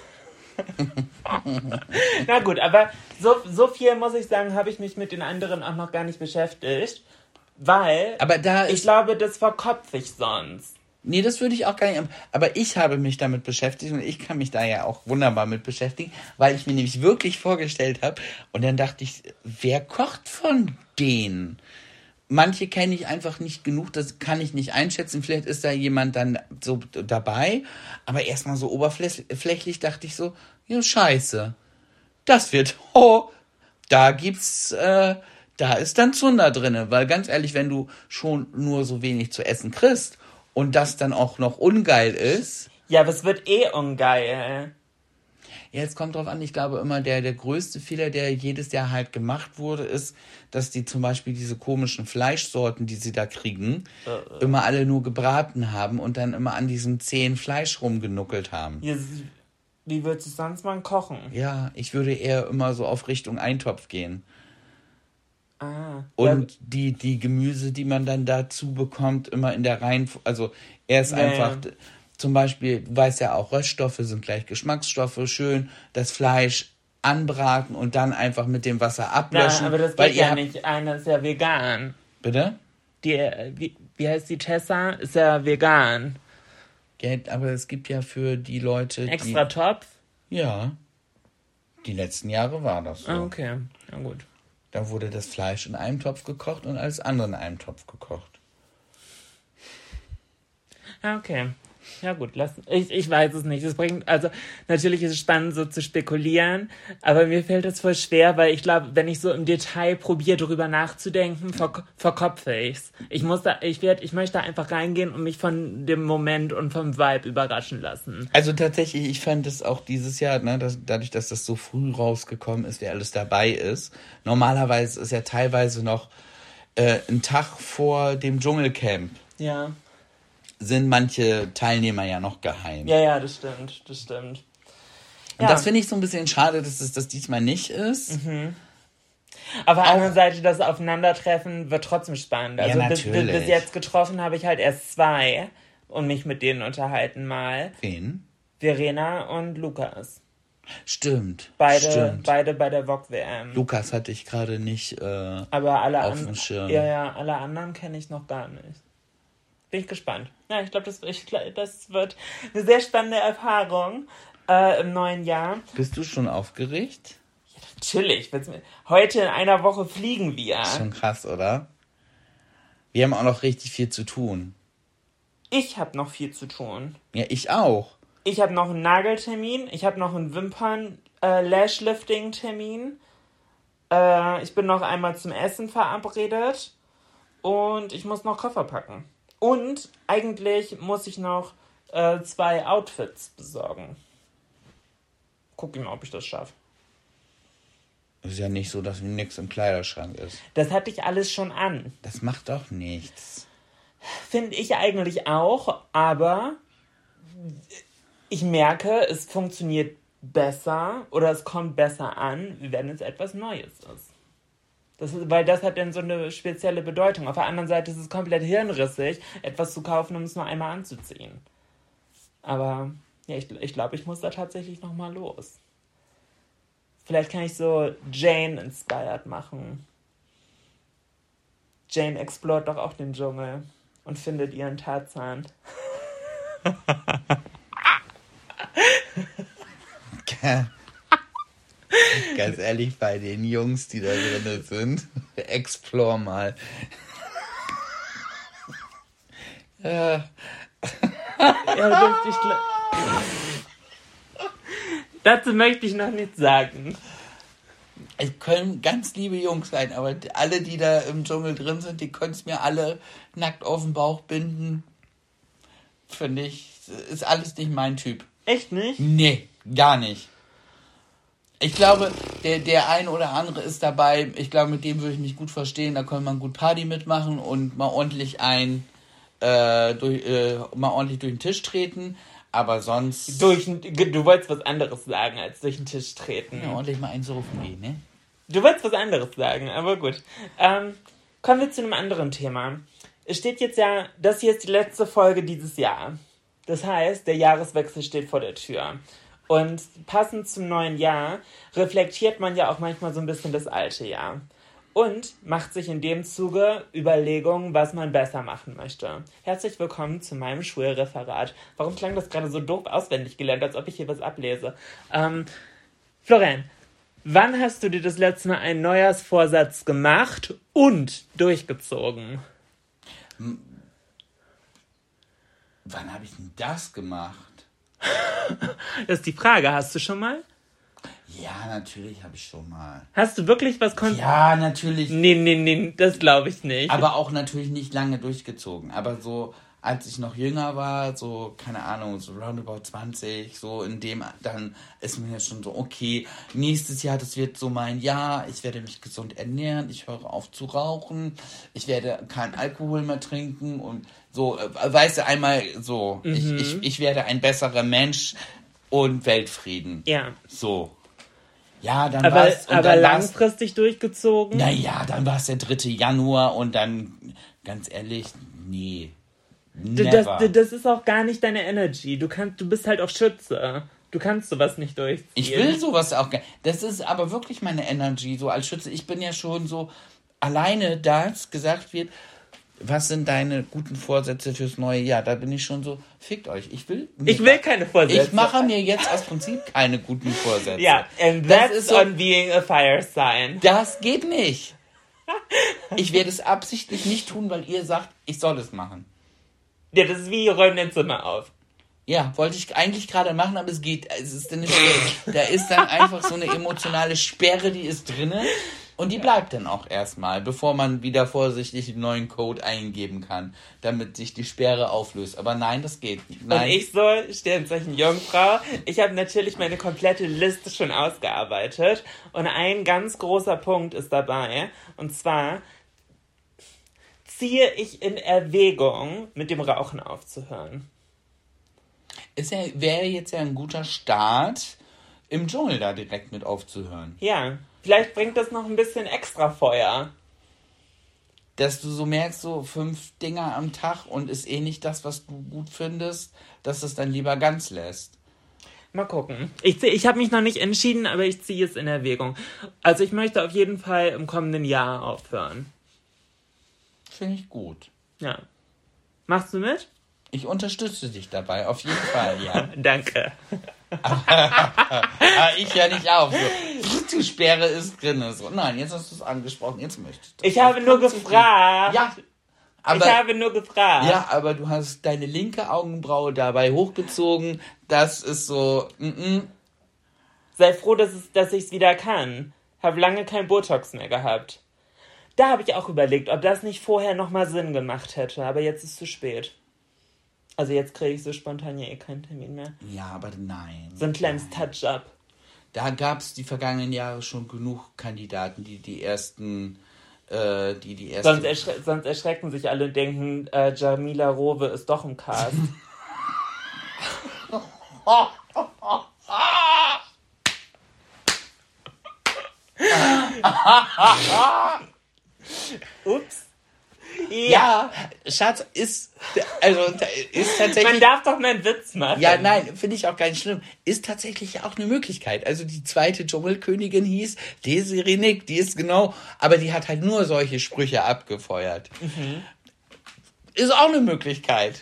Na gut, aber so, so viel, muss ich sagen, habe ich mich mit den anderen auch noch gar nicht beschäftigt. Weil aber da ich ist... glaube, das verkopfe ich sonst. Nee, das würde ich auch gar nicht. Aber ich habe mich damit beschäftigt und ich kann mich da ja auch wunderbar mit beschäftigen, weil ich mir nämlich wirklich vorgestellt habe und dann dachte ich, wer kocht von denen? Manche kenne ich einfach nicht genug, das kann ich nicht einschätzen. Vielleicht ist da jemand dann so dabei, aber erstmal so oberflächlich dachte ich so, ja, scheiße. Das wird, oh, da gibt's, äh, da ist dann Zunder drinne, weil ganz ehrlich, wenn du schon nur so wenig zu essen kriegst und das dann auch noch ungeil ist. Ja, aber es wird eh ungeil. Ja, es kommt drauf an, ich glaube immer, der, der größte Fehler, der jedes Jahr halt gemacht wurde, ist, dass die zum Beispiel diese komischen Fleischsorten, die sie da kriegen, uh, uh. immer alle nur gebraten haben und dann immer an diesem zähen Fleisch rumgenuckelt haben. Ja, wie würdest du sonst mal kochen? Ja, ich würde eher immer so auf Richtung Eintopf gehen. Ah. Und ja. die, die Gemüse, die man dann dazu bekommt, immer in der Reihenfolge, also erst ja, einfach... Ja. Zum Beispiel, du weißt ja auch, Röststoffe sind gleich Geschmacksstoffe, schön das Fleisch anbraten und dann einfach mit dem Wasser ablöschen. Ja, aber das geht ja nicht, einer ist ja vegan. Bitte? Die, wie, wie heißt die Tessa? Ist ja vegan. Ja, aber es gibt ja für die Leute, extra die... Topf? Ja. Die letzten Jahre war das so. Ah, okay. Ja, gut. Da wurde das Fleisch in einem Topf gekocht und alles andere in einem Topf gekocht. Ah, okay. Ja gut, lass, ich, ich weiß es nicht. Es bringt, also natürlich ist es spannend, so zu spekulieren, aber mir fällt das voll schwer, weil ich glaube, wenn ich so im Detail probiere, darüber nachzudenken, ver, verkopfe ich's. Ich muss da, ich werde, ich möchte da einfach reingehen und mich von dem Moment und vom Vibe überraschen lassen. Also tatsächlich, ich fand es auch dieses Jahr, ne, dass, dadurch, dass das so früh rausgekommen ist, wer alles dabei ist. Normalerweise ist ja teilweise noch äh, ein Tag vor dem Dschungelcamp. Ja. Sind manche Teilnehmer ja noch geheim. Ja, ja, das stimmt, das stimmt. Und ja. das finde ich so ein bisschen schade, dass es das diesmal nicht ist. Mhm. Auf der anderen Seite, das Aufeinandertreffen wird trotzdem spannend. Also ja, bis, bis jetzt getroffen habe ich halt erst zwei und mich mit denen unterhalten mal. Wen? Verena und Lukas. Stimmt. Beide, stimmt. beide bei der Vogue W M. Lukas hatte ich gerade nicht äh, Aber alle auf an- dem Schirm. Ja, ja, alle anderen kenne ich noch gar nicht. Bin ich gespannt. Ja, ich glaube, das, ich, das wird eine sehr spannende Erfahrung äh, im neuen Jahr. Bist du schon aufgeregt? Ja, natürlich. Heute in einer Woche fliegen wir. Das ist schon krass, oder? Wir haben auch noch richtig viel zu tun. Ich habe noch viel zu tun. Ja, ich auch. Ich habe noch einen Nageltermin. Ich habe noch einen Wimpern-Lashlifting-Termin. Äh, ich bin noch einmal zum Essen verabredet. Und ich muss noch Koffer packen. Und eigentlich muss ich noch äh, zwei Outfits besorgen. Guck mal, ob ich das schaffe. Ist ja nicht so, dass nichts im Kleiderschrank ist. Das hatte ich alles schon an. Das macht doch nichts. Finde ich eigentlich auch, aber ich merke, es funktioniert besser oder es kommt besser an, wenn es etwas Neues ist. Das ist, weil das hat dann so eine spezielle Bedeutung. Auf der anderen Seite ist es komplett hirnrissig, etwas zu kaufen, um es nur einmal anzuziehen. Aber ja, ich, ich glaube, ich muss da tatsächlich nochmal los. Vielleicht kann ich so Jane-inspired machen. Jane explort doch auch den Dschungel und findet ihren Tarzan. Ganz ehrlich, bei den Jungs, die da drin sind, explore mal. ja, das, ich, dazu möchte ich noch nichts sagen. Es können ganz liebe Jungs sein, aber alle, die da im Dschungel drin sind, die können es mir alle nackt auf den Bauch binden. Finde ich, ist alles nicht mein Typ. Echt nicht? Nee, gar nicht. Ich glaube, der, der ein oder andere ist dabei, ich glaube, mit dem würde ich mich gut verstehen, da kann man gut Party mitmachen und mal ordentlich ein, äh, durch, äh, mal ordentlich durch den Tisch treten, aber sonst... Durch, du wolltest was anderes sagen, als durch den Tisch treten. Ja, ordentlich mal eins rufen gehen, ne? Du wolltest was anderes sagen, aber gut. Ähm, kommen wir zu einem anderen Thema. Es steht jetzt ja, das hier ist die letzte Folge dieses Jahr. Das heißt, der Jahreswechsel steht vor der Tür. Und passend zum neuen Jahr reflektiert man ja auch manchmal so ein bisschen das alte Jahr. Und macht sich in dem Zuge Überlegungen, was man besser machen möchte. Herzlich willkommen zu meinem Schulreferat. Warum klang das gerade so doof auswendig gelernt, als ob ich hier was ablese? Ähm, Florian, wann hast du dir das letzte Mal einen Neujahrsvorsatz gemacht und durchgezogen? Hm. Wann habe ich denn das gemacht? Das ist die Frage. Hast du schon mal? Ja, natürlich habe ich schon mal. Hast du wirklich was... Kon- ja, natürlich. Nee, nee, nee, das glaube ich nicht. Aber auch natürlich nicht lange durchgezogen. Aber so als ich noch jünger war, so, keine Ahnung, so roundabout zwanzig, so in dem, dann ist mir jetzt schon so, okay, nächstes Jahr, das wird so mein Jahr, ich werde mich gesund ernähren, ich höre auf zu rauchen, ich werde keinen Alkohol mehr trinken und so, äh, weißt du, einmal so, mhm. ich, ich, ich werde ein besserer Mensch und Weltfrieden. Ja. So. Ja, dann aber, war es... Aber dann langfristig war's, durchgezogen? Naja, dann war es der dritte Januar und dann, ganz ehrlich, nee. Das, das, das ist auch gar nicht deine Energy. Du kannst, du bist halt auch Schütze. Du kannst sowas nicht durchziehen. Ich will sowas auch gar nicht. Das ist aber wirklich meine Energy, so als Schütze. Ich bin ja schon so, alleine dass gesagt wird, was sind deine guten Vorsätze fürs neue Jahr? Da bin ich schon so, fickt euch. Ich will Ich will keine Vorsätze. Ich mache mir jetzt aus Prinzip keine guten Vorsätze. Ja, and that's das ist so, on being a fire sign. Das geht nicht. Ich werde es absichtlich nicht tun, weil ihr sagt, ich soll es machen. Ja, das ist wie, räum dein Zimmer auf. Ja, wollte ich eigentlich gerade machen, aber es geht, es ist dann nicht Da ist dann einfach so eine emotionale Sperre, die ist drinne und die bleibt dann auch erstmal, bevor man wieder vorsichtig einen neuen Code eingeben kann, damit sich die Sperre auflöst. Aber nein, das geht nicht. Nein. Und ich so, Sternzeichen Jungfrau, ich habe natürlich meine komplette Liste schon ausgearbeitet und ein ganz großer Punkt ist dabei, und zwar ziehe ich in Erwägung, mit dem Rauchen aufzuhören. Ist ja, wäre jetzt ja ein guter Start, im Dschungel da direkt mit aufzuhören. Ja, vielleicht bringt das noch ein bisschen extra Feuer. Dass du so merkst, so fünf Dinger am Tag und ist eh nicht das, was du gut findest, dass du es dann lieber ganz lässt. Mal gucken. Ich, ich habe mich noch nicht entschieden, aber ich ziehe es in Erwägung. Also ich möchte auf jeden Fall im kommenden Jahr aufhören. Finde ich gut. Ja. Machst du mit? Ich unterstütze dich dabei, auf jeden Fall, ja. Danke. Aber ich ja nicht auch. So, die Sperre ist drin. So, nein, jetzt hast du es angesprochen, jetzt möchtest du. Ich habe nur gefragt. Ja. Aber, ich habe nur gefragt. Ja, aber du hast deine linke Augenbraue dabei hochgezogen. Das ist so... Mm-mm. Sei froh, dass, es, dass ich es wieder kann. Habe lange kein Botox mehr gehabt. Da habe ich auch überlegt, ob das nicht vorher nochmal Sinn gemacht hätte. Aber jetzt ist es zu spät. Also jetzt kriege ich so spontan ja eh keinen Termin mehr. Ja, aber nein. So ein kleines Touch-up. Da gab es die vergangenen Jahre schon genug Kandidaten, die die ersten... Äh, die die ersten... Sonst, erschre- sonst erschrecken sich alle und denken, äh, Jamila Rowe ist doch im Cast. Ups. Ja. ja, Schatz, ist, also, ist tatsächlich... Man darf doch mal einen Witz machen. Ja, nein, finde ich auch gar nicht schlimm. Ist tatsächlich auch eine Möglichkeit. Also die zweite Dschungelkönigin hieß Desiree Nick, die ist genau... Aber die hat halt nur solche Sprüche abgefeuert. Mhm. Ist auch eine Möglichkeit.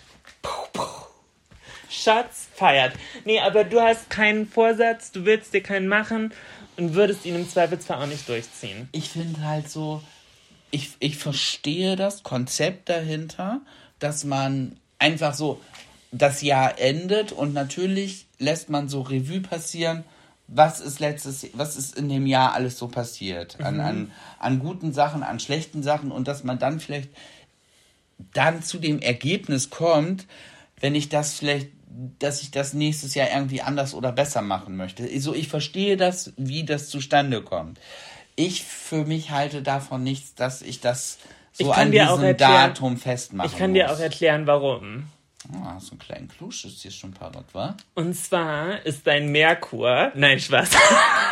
Schatz feiert. Nee, aber du hast keinen Vorsatz, du willst dir keinen machen und würdest ihn im Zweifelsfall auch nicht durchziehen. Ich finde halt so... Ich, ich verstehe das Konzept dahinter, dass man einfach so das Jahr endet und natürlich lässt man so Revue passieren, was ist letztes, was ist in dem Jahr alles so passiert. Mhm. An, an, an guten Sachen, an schlechten Sachen und dass man dann vielleicht dann zu dem Ergebnis kommt, wenn ich das vielleicht, dass ich das nächstes Jahr irgendwie anders oder besser machen möchte. Also ich verstehe das, wie das zustande kommt. Ich für mich halte davon nichts, dass ich das so ich an diesem erklären, Datum festmachen Ich kann muss. dir auch erklären, warum. Ah, so einen kleinen Klusch ist hier schon parat, wa? Und zwar ist dein Merkur... Nein, Spaß. Das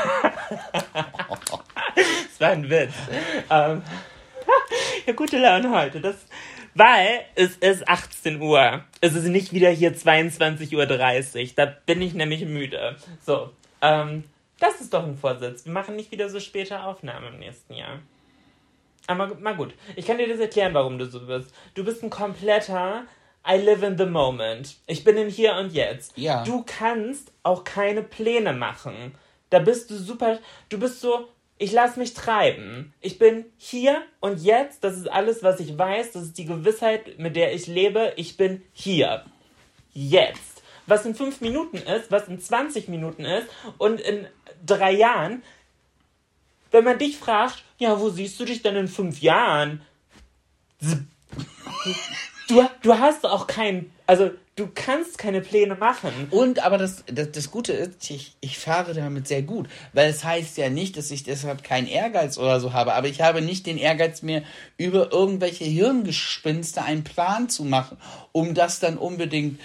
war ein Witz. Ähm, ja, gute Laune heute. Das, weil es ist achtzehn Uhr. Es ist nicht wieder hier zweiundzwanzig Uhr dreißig. Da bin ich nämlich müde. So, ähm... Das ist doch ein Vorsatz. Wir machen nicht wieder so späte Aufnahmen im nächsten Jahr. Aber mal gut. Ich kann dir das erklären, warum du so bist. Du bist ein kompletter I live in the moment. Ich bin im Hier und Jetzt. Ja. Du kannst auch keine Pläne machen. Da bist du super... Du bist so... Ich lasse mich treiben. Ich bin hier und jetzt. Das ist alles, was ich weiß. Das ist die Gewissheit, mit der ich lebe. Ich bin hier. Jetzt. Was in fünf Minuten ist, was in zwanzig Minuten ist und in drei Jahren. Wenn man dich fragt, ja, wo siehst du dich denn in fünf Jahren? Du, du hast auch keinen, also du kannst keine Pläne machen. Und aber das, das, das Gute ist, ich, ich fahre damit sehr gut. Weil es heißt ja nicht, dass ich deshalb keinen Ehrgeiz oder so habe. Aber ich habe nicht den Ehrgeiz mehr, über irgendwelche Hirngespinste einen Plan zu machen, um das dann unbedingt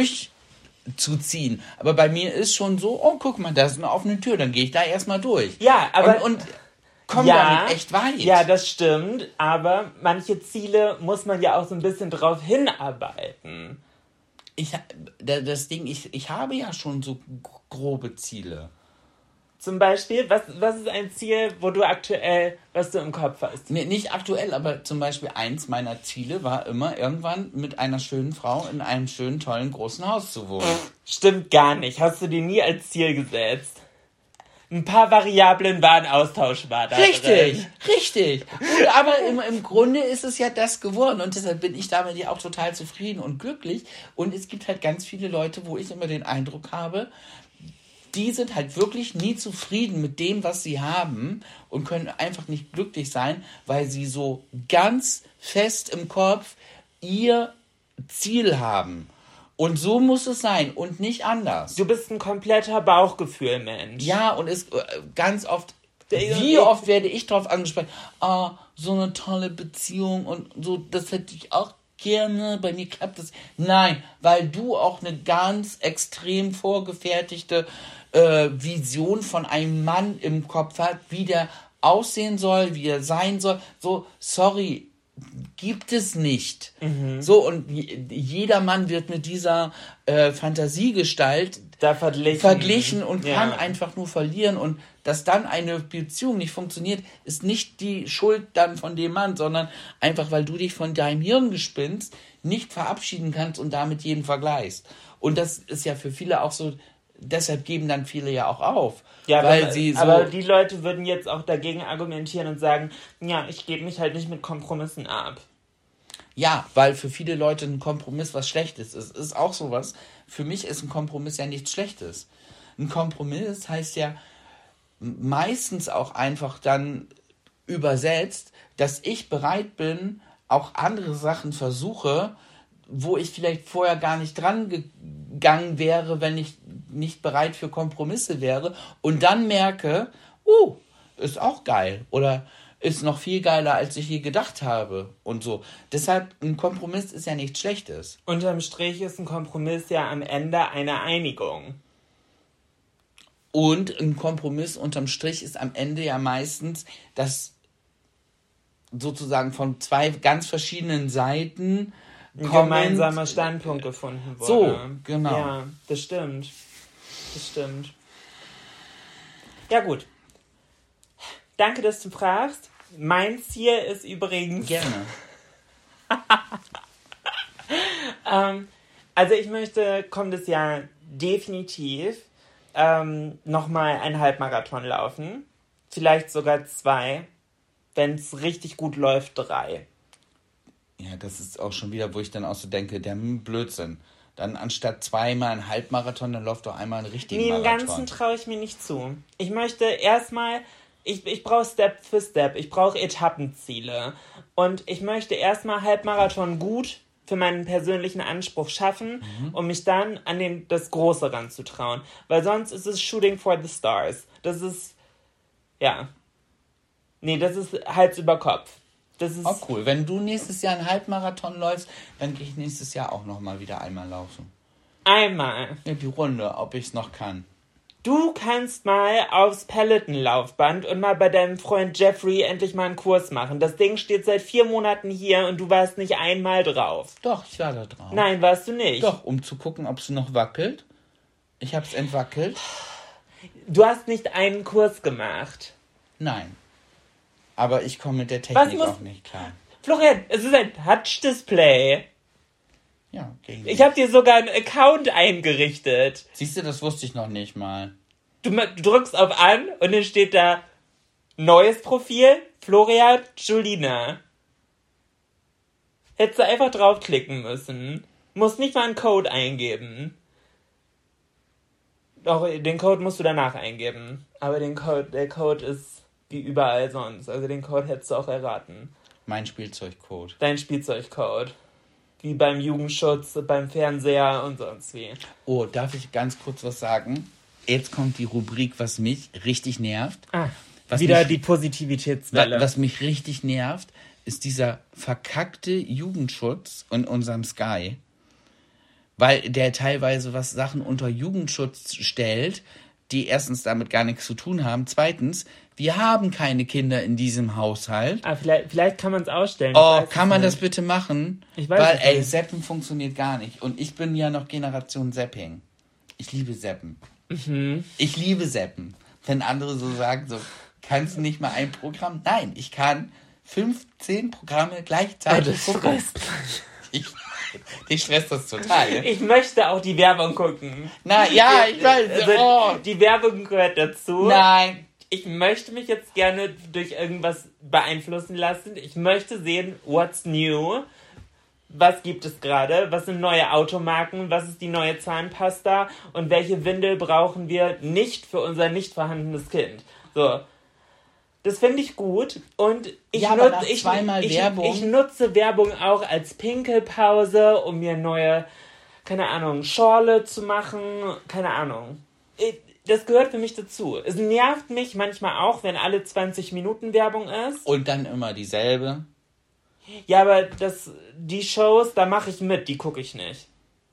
durchzuziehen. Aber bei mir ist schon so, oh, guck mal, da ist eine offene Tür, dann gehe ich da erstmal durch. Ja, aber... Und, und komm ja, damit echt weit. Ja, das stimmt. Aber manche Ziele muss man ja auch so ein bisschen drauf hinarbeiten. Ich, das Ding, ich, ich habe ja schon so grobe Ziele. Zum Beispiel, was, was ist ein Ziel, wo du aktuell, was du im Kopf hast? Nee, nicht aktuell, aber zum Beispiel eins meiner Ziele war immer, irgendwann mit einer schönen Frau in einem schönen, tollen, großen Haus zu wohnen. Stimmt gar nicht. Hast du dir nie als Ziel gesetzt? Ein paar Variablen waren austauschbar. Da richtig, drin. richtig. Und, aber im, im Grunde ist es ja das geworden und deshalb bin ich damit ja auch total zufrieden und glücklich. Und es gibt halt ganz viele Leute, wo ich immer den Eindruck habe, die sind halt wirklich nie zufrieden mit dem, was sie haben und können einfach nicht glücklich sein, weil sie so ganz fest im Kopf ihr Ziel haben. Und so muss es sein und nicht anders. Du bist ein kompletter Bauchgefühl-Mensch. Ja, und es ganz oft, wie oft werde ich darauf angesprochen, ah, so eine tolle Beziehung und so, das hätte ich auch gerne, bei mir klappt das. Nein, weil du auch eine ganz extrem vorgefertigte äh, Vision von einem Mann im Kopf hast, wie der aussehen soll, wie er sein soll. So, sorry, gibt es nicht. Mhm. So, und jeder Mann wird mit dieser äh, Fantasiegestalt da verglichen. verglichen und ja. kann einfach nur verlieren. Und dass dann eine Beziehung nicht funktioniert, ist nicht die Schuld dann von dem Mann, sondern einfach, weil du dich von deinem Hirngespinst nicht verabschieden kannst und damit jeden vergleichst. Und das ist ja für viele auch so, deshalb geben dann viele ja auch auf. Ja, weil aber, sie so aber die Leute würden jetzt auch dagegen argumentieren und sagen, ja, ich gebe mich halt nicht mit Kompromissen ab. Ja, weil für viele Leute ein Kompromiss was Schlechtes ist. Ist auch sowas. Für mich ist ein Kompromiss ja nichts Schlechtes. Ein Kompromiss heißt ja meistens auch einfach dann übersetzt, dass ich bereit bin, auch andere Sachen versuche, wo ich vielleicht vorher gar nicht dran gegangen wäre, wenn ich nicht bereit für Kompromisse wäre und dann merke, uh, ist auch geil oder ist noch viel geiler, als ich je gedacht habe und so. Deshalb, ein Kompromiss ist ja nichts Schlechtes. Unterm Strich ist ein Kompromiss ja am Ende eine Einigung. Und ein Kompromiss unterm Strich ist am Ende ja meistens, dass sozusagen von zwei ganz verschiedenen Seiten ein gemeinsamer Standpunkt gefunden wurde. So, genau. Ja, das stimmt. Das stimmt. Ja, gut. Danke, dass du fragst. Mein Ziel ist übrigens... Gerne. ähm, also ich möchte kommendes Jahr definitiv ähm, nochmal einen Halbmarathon laufen. Vielleicht sogar zwei. Wenn es richtig gut läuft, drei. Ja, das ist auch schon wieder, wo ich dann auch so denke, der Blödsinn. Dann anstatt zweimal einen Halbmarathon, dann läuft doch einmal einen richtigen nee, Marathon. Den ganzen traue ich mir nicht zu. Ich möchte erstmal, ich, ich brauche Step für Step, ich brauche Etappenziele. Und ich möchte erstmal Halbmarathon gut für meinen persönlichen Anspruch schaffen, mhm. um mich dann an den, das Große ranzutrauen. Weil sonst ist es Shooting for the Stars. Das ist, ja. Nee, das ist Hals über Kopf. Das ist oh cool. Wenn du nächstes Jahr einen Halbmarathon läufst, dann gehe ich nächstes Jahr auch nochmal wieder einmal laufen. Einmal? Ja, die Runde, ob ich es noch kann. Du kannst mal aufs Peloton-Laufband und mal bei deinem Freund Jeffrey endlich mal einen Kurs machen. Das Ding steht seit vier Monaten hier und du warst nicht einmal drauf. Doch, ich war da drauf. Nein, warst du nicht. Doch, um zu gucken, ob es noch wackelt. Ich habe es entwackelt. Du hast nicht einen Kurs gemacht. Nein. Aber ich komme mit der Technik muss... auch nicht klar. Florian, es ist ein Touch-Display. Ja, okay. Ich habe dir sogar einen Account eingerichtet. Siehst du, das wusste ich noch nicht mal. Du, du drückst auf an und dann steht da neues Profil, Florian Julina. Hättest du einfach draufklicken müssen. Musst nicht mal einen Code eingeben. Doch, den Code musst du danach eingeben. Aber den Code, der Code ist wie überall sonst. Also den Code hättest du auch erraten. Mein Spielzeugcode. Dein Spielzeugcode. wie beim Jugendschutz, beim Fernseher und sonst wie. Oh, darf ich ganz kurz was sagen? Jetzt kommt die Rubrik, was mich richtig nervt. Ah, was wieder mich, die Positivitätswelle. Was mich richtig nervt, ist dieser verkackte Jugendschutz in unserem Sky. Weil der teilweise was Sachen unter Jugendschutz stellt, die erstens damit gar nichts zu tun haben. Zweitens, wir haben keine Kinder in diesem Haushalt. Ah, vielleicht, vielleicht kann man es ausstellen. Oh, kann man das bitte machen? Ich weiß Weil, es ey, nicht. Zappen funktioniert gar nicht. Und ich bin ja noch Generation Zapping. Ich liebe Zappen. Mhm. Ich liebe Zappen. Wenn andere so sagen, so, kannst du nicht mal ein Programm? Nein, ich kann fünfzehn Programme gleichzeitig Oh, das gucken. stresst mich. Ich, dich stresst das total. Ich möchte auch die Werbung gucken. Na ja, ich weiß. Also, Oh. die Werbung gehört dazu. Nein. Ich möchte mich jetzt gerne durch irgendwas beeinflussen lassen. Ich möchte sehen, what's new? Was gibt es gerade? Was sind neue Automarken? Was ist die neue Zahnpasta? Und welche Windel brauchen wir nicht für unser nicht vorhandenes Kind? So. Das finde ich gut. Und ich, Ja, aber nutz, nach ich, zweimal ich, Werbung- ich nutze Werbung auch als Pinkelpause, um mir neue, keine Ahnung, Schorle zu machen. Keine Ahnung. Ich, das gehört für mich dazu. Es nervt mich manchmal auch, wenn alle zwanzig Minuten Werbung ist. Und dann immer dieselbe. Ja, aber das, die Shows, da mache ich mit, die gucke ich nicht.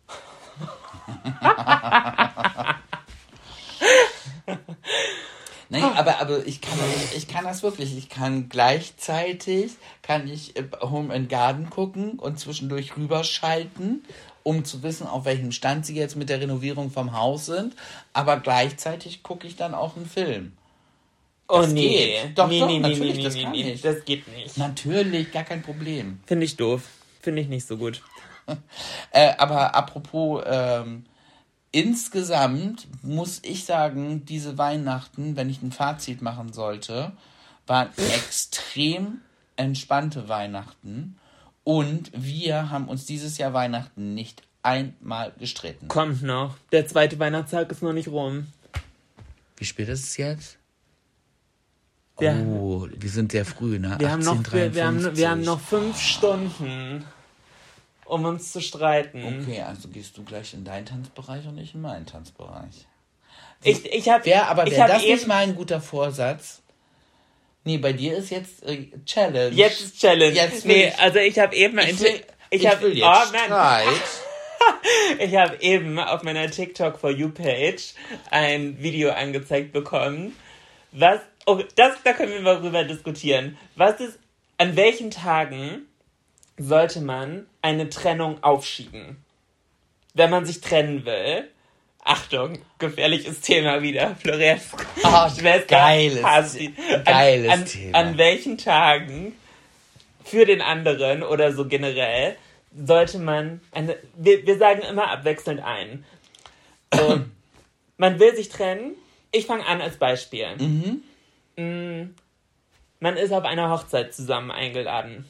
Nein, aber, aber ich kann ich kann das wirklich. Ich kann gleichzeitig kann ich Home and Garden gucken und zwischendurch rüberschalten, um zu wissen, auf welchem Stand sie jetzt mit der Renovierung vom Haus sind. Aber gleichzeitig gucke ich dann auch einen Film. Oh Das nee. geht. Doch, nee, doch, nee, natürlich, nee, nee, das nee, kann nee. ich. Das geht nicht. Natürlich, gar kein Problem. Finde ich doof. Finde ich nicht so gut. Äh, aber apropos, ähm, insgesamt muss ich sagen, diese Weihnachten, wenn ich ein Fazit machen sollte, waren extrem entspannte Weihnachten. Und wir haben uns dieses Jahr Weihnachten nicht einmal gestritten. Kommt noch. Der zweite Weihnachtstag ist noch nicht rum. Wie spät ist es jetzt? Wir, Oh, wir sind sehr früh, ne? wir, haben noch, wir, wir, haben, wir achtzehn haben noch fünf Stunden, um uns zu streiten. Okay, also gehst du gleich in deinen Tanzbereich und ich in meinen Tanzbereich. Ich, ich hab, Wär, aber ich wäre hab das eben, nicht mal ein guter Vorsatz? Nee, bei dir ist jetzt äh, Challenge. Jetzt ist Challenge. Jetzt will nee, ich- also ich habe eben ein Ich will, ich, ich hab, will jetzt oh, Mann. Streit. Ich habe eben auf meiner TikTok For You Page ein Video angezeigt bekommen. Was, oh, das, da können wir mal drüber diskutieren. Was ist, an welchen Tagen sollte man eine Trennung aufschieben? Wenn man sich trennen will. Achtung, gefährliches Thema wieder. Florians Ah, Schwester geiles, hasst ihn. geiles an, an, Thema. An welchen Tagen für den anderen oder so generell sollte man eine, wir, wir sagen immer abwechselnd ein. So, man will sich trennen. Ich fange an als Beispiel. Mhm. Mm, Man ist auf einer Hochzeit zusammen eingeladen.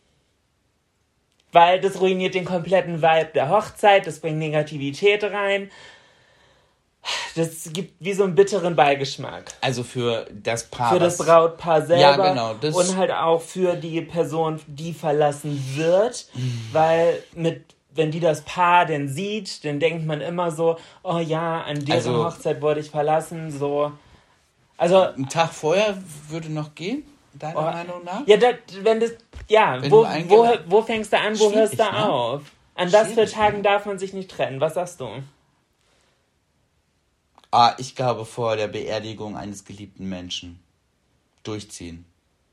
Weil das ruiniert den kompletten Vibe der Hochzeit, das bringt Negativität rein. Das gibt wie so einen bitteren Beigeschmack. Also für das Paar. Für das was- Brautpaar selber. Ja, genau, das- und halt auch für die Person, die verlassen wird. Weil mit, wenn die das Paar denn sieht, dann denkt man immer so, oh ja, an deren Also- Hochzeit wurde ich verlassen. So. Also, Ein Tag vorher würde noch gehen, deiner Oh, Meinung nach? ja, das, wenn das, ja, Wenn wo, du eingela- wo, wo fängst du an, wo Schwierig, hörst du ne? auf? An was für Schwierig, Tagen ne? darf man sich nicht trennen? Was sagst du? Ah, ich glaube vor der Beerdigung eines geliebten Menschen. Durchziehen.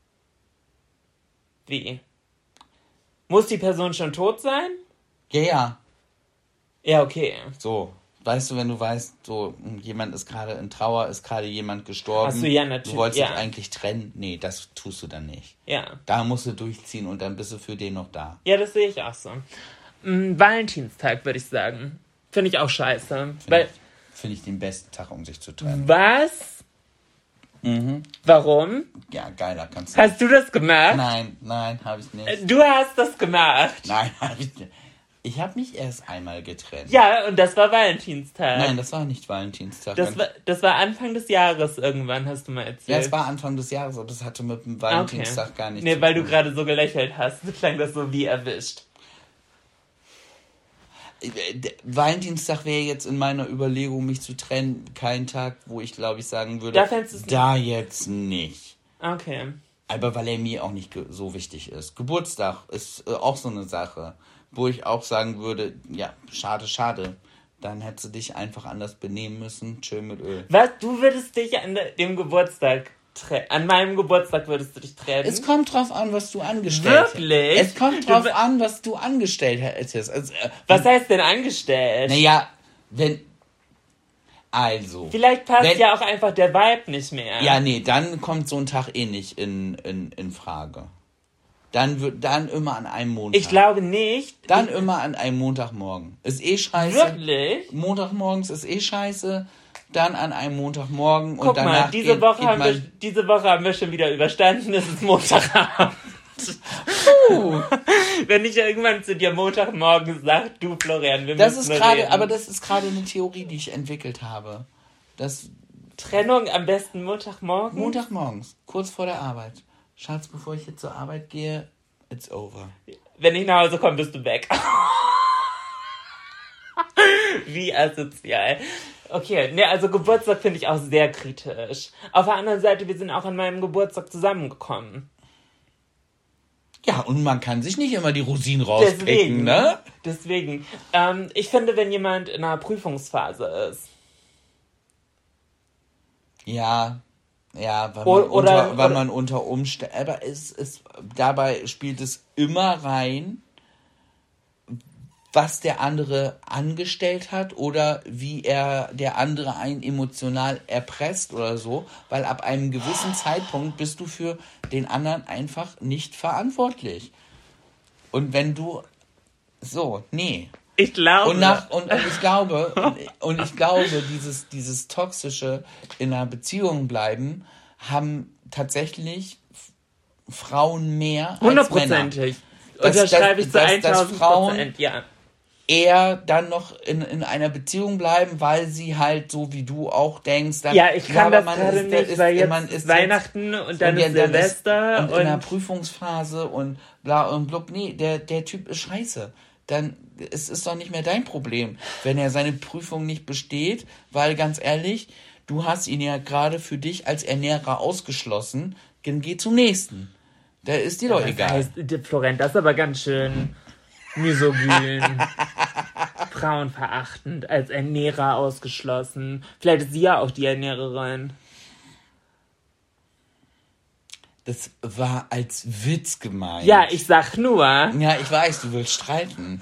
Wie? Muss die Person schon tot sein? Ja, ja. Ja, okay. So. Weißt du, wenn du weißt, so jemand ist gerade in Trauer, ist gerade jemand gestorben. Ach so, ja, natürlich, Du wolltest ja. dich eigentlich trennen. Nee, das tust du dann nicht. Ja. Da musst du durchziehen und dann bist du für den noch da. Ja, das sehe ich auch so. Mm, Valentinstag, würde ich sagen. Finde ich auch scheiße. Weil, Finde ich den besten Tag, um sich zu trennen. was? Mhm. Warum? Ja, geiler kannst du. Hast du das gemacht? Nein, nein, habe ich nicht. Du hast das gemacht. Nein, habe ich nicht. Ich habe mich erst einmal getrennt. Ja, und das war Valentinstag. Nein, das war nicht Valentinstag. das war, das war Anfang des Jahres irgendwann, hast du mal erzählt. ja, es war Anfang des Jahres, aber das hatte mit dem Valentinstag gar nichts Nee, zu weil tun. du gerade so gelächelt hast. Klang das so wie erwischt. der Valentinstag wäre jetzt in meiner Überlegung, mich zu trennen, kein Tag, wo ich, glaube ich, sagen würde, Da fändest du's da jetzt nicht. Okay. Aber weil er mir auch nicht ge- so wichtig ist. Geburtstag ist äh, auch so eine Sache, wo ich auch sagen würde, ja, schade, schade. Dann hättest du dich einfach anders benehmen müssen. Schön mit Öl. Was? Du würdest dich an dem Geburtstag trennen? An meinem Geburtstag würdest du dich trennen? Es kommt drauf an, was du angestellt hast. Wirklich? Es kommt drauf Du- an, was du angestellt hättest. Also, äh, Was heißt denn angestellt? Naja, wenn... Also... Vielleicht passt wenn, ja auch einfach der Vibe nicht mehr. Ja, nee, dann kommt so ein Tag eh nicht in, in, in Frage. Dann wird dann immer an einem Montag. Ich glaube nicht. Dann immer an einem Montagmorgen. Ist eh scheiße. Wirklich? Montagmorgens ist eh scheiße. Dann an einem Montagmorgen und Guck danach mal, diese geht, Woche, geht haben wir, man, diese Woche haben wir schon wieder überstanden. Es ist Montagabend. uh, Wenn ich irgendwann zu dir Montagmorgen sage, du Florian, wir das müssen ist gerade, reden. aber das ist gerade eine Theorie, die ich entwickelt habe. Das Trennung am besten Montagmorgen? Montagmorgens, kurz vor der Arbeit. Schatz, bevor ich jetzt zur Arbeit gehe, it's over. Wenn ich nach Hause komme, bist du weg. Wie asozial. Okay, ne, also Geburtstag finde ich auch sehr kritisch. Auf der anderen Seite, wir sind auch an meinem Geburtstag zusammengekommen. Ja, und man kann sich nicht immer die Rosinen rauspicken, Deswegen, ne? Deswegen. Ähm, ich finde, wenn jemand in einer Prüfungsphase ist, Ja, ja, weil, O- man, oder- unter, weil oder- man unter Umständen, aber es ist, dabei spielt es immer rein, was der andere angestellt hat oder wie er der andere einen emotional erpresst oder so, weil ab einem gewissen Zeitpunkt bist du für den anderen einfach nicht verantwortlich. Und wenn du, so, nee. ich glaube... Und, nach, und, und ich glaube, und, und ich glaube, dieses, dieses toxische in einer Beziehung bleiben, haben tatsächlich F- Frauen mehr als Männer. Hundertprozentig. Dass- Unterschreibe ich dass- zu dass- dass tausend Frauen- Prozent, ja. Eher dann noch in, in einer Beziehung bleiben, weil sie halt so wie du auch denkst. Dann, Ja, ich kann aber das man gerade ist- nicht, ist- weil jetzt man ist ist Weihnachten und dann ja, ist Silvester und, in einer und- Prüfungsphase und bla und blub. Nee, der, der Typ ist scheiße. Dann es ist doch nicht mehr dein Problem, wenn er seine Prüfung nicht besteht, weil ganz ehrlich, du hast ihn ja gerade für dich als Ernährer ausgeschlossen. Dann geh zum nächsten. Da ist dir doch Das egal. heißt, die Florent, das ist aber ganz schön misogyn, frauenverachtend, als Ernährer ausgeschlossen. Vielleicht ist sie ja auch die Ernährerin. Das war als Witz gemeint. Ja, ich sag nur, Ja, ich weiß, du willst streiten.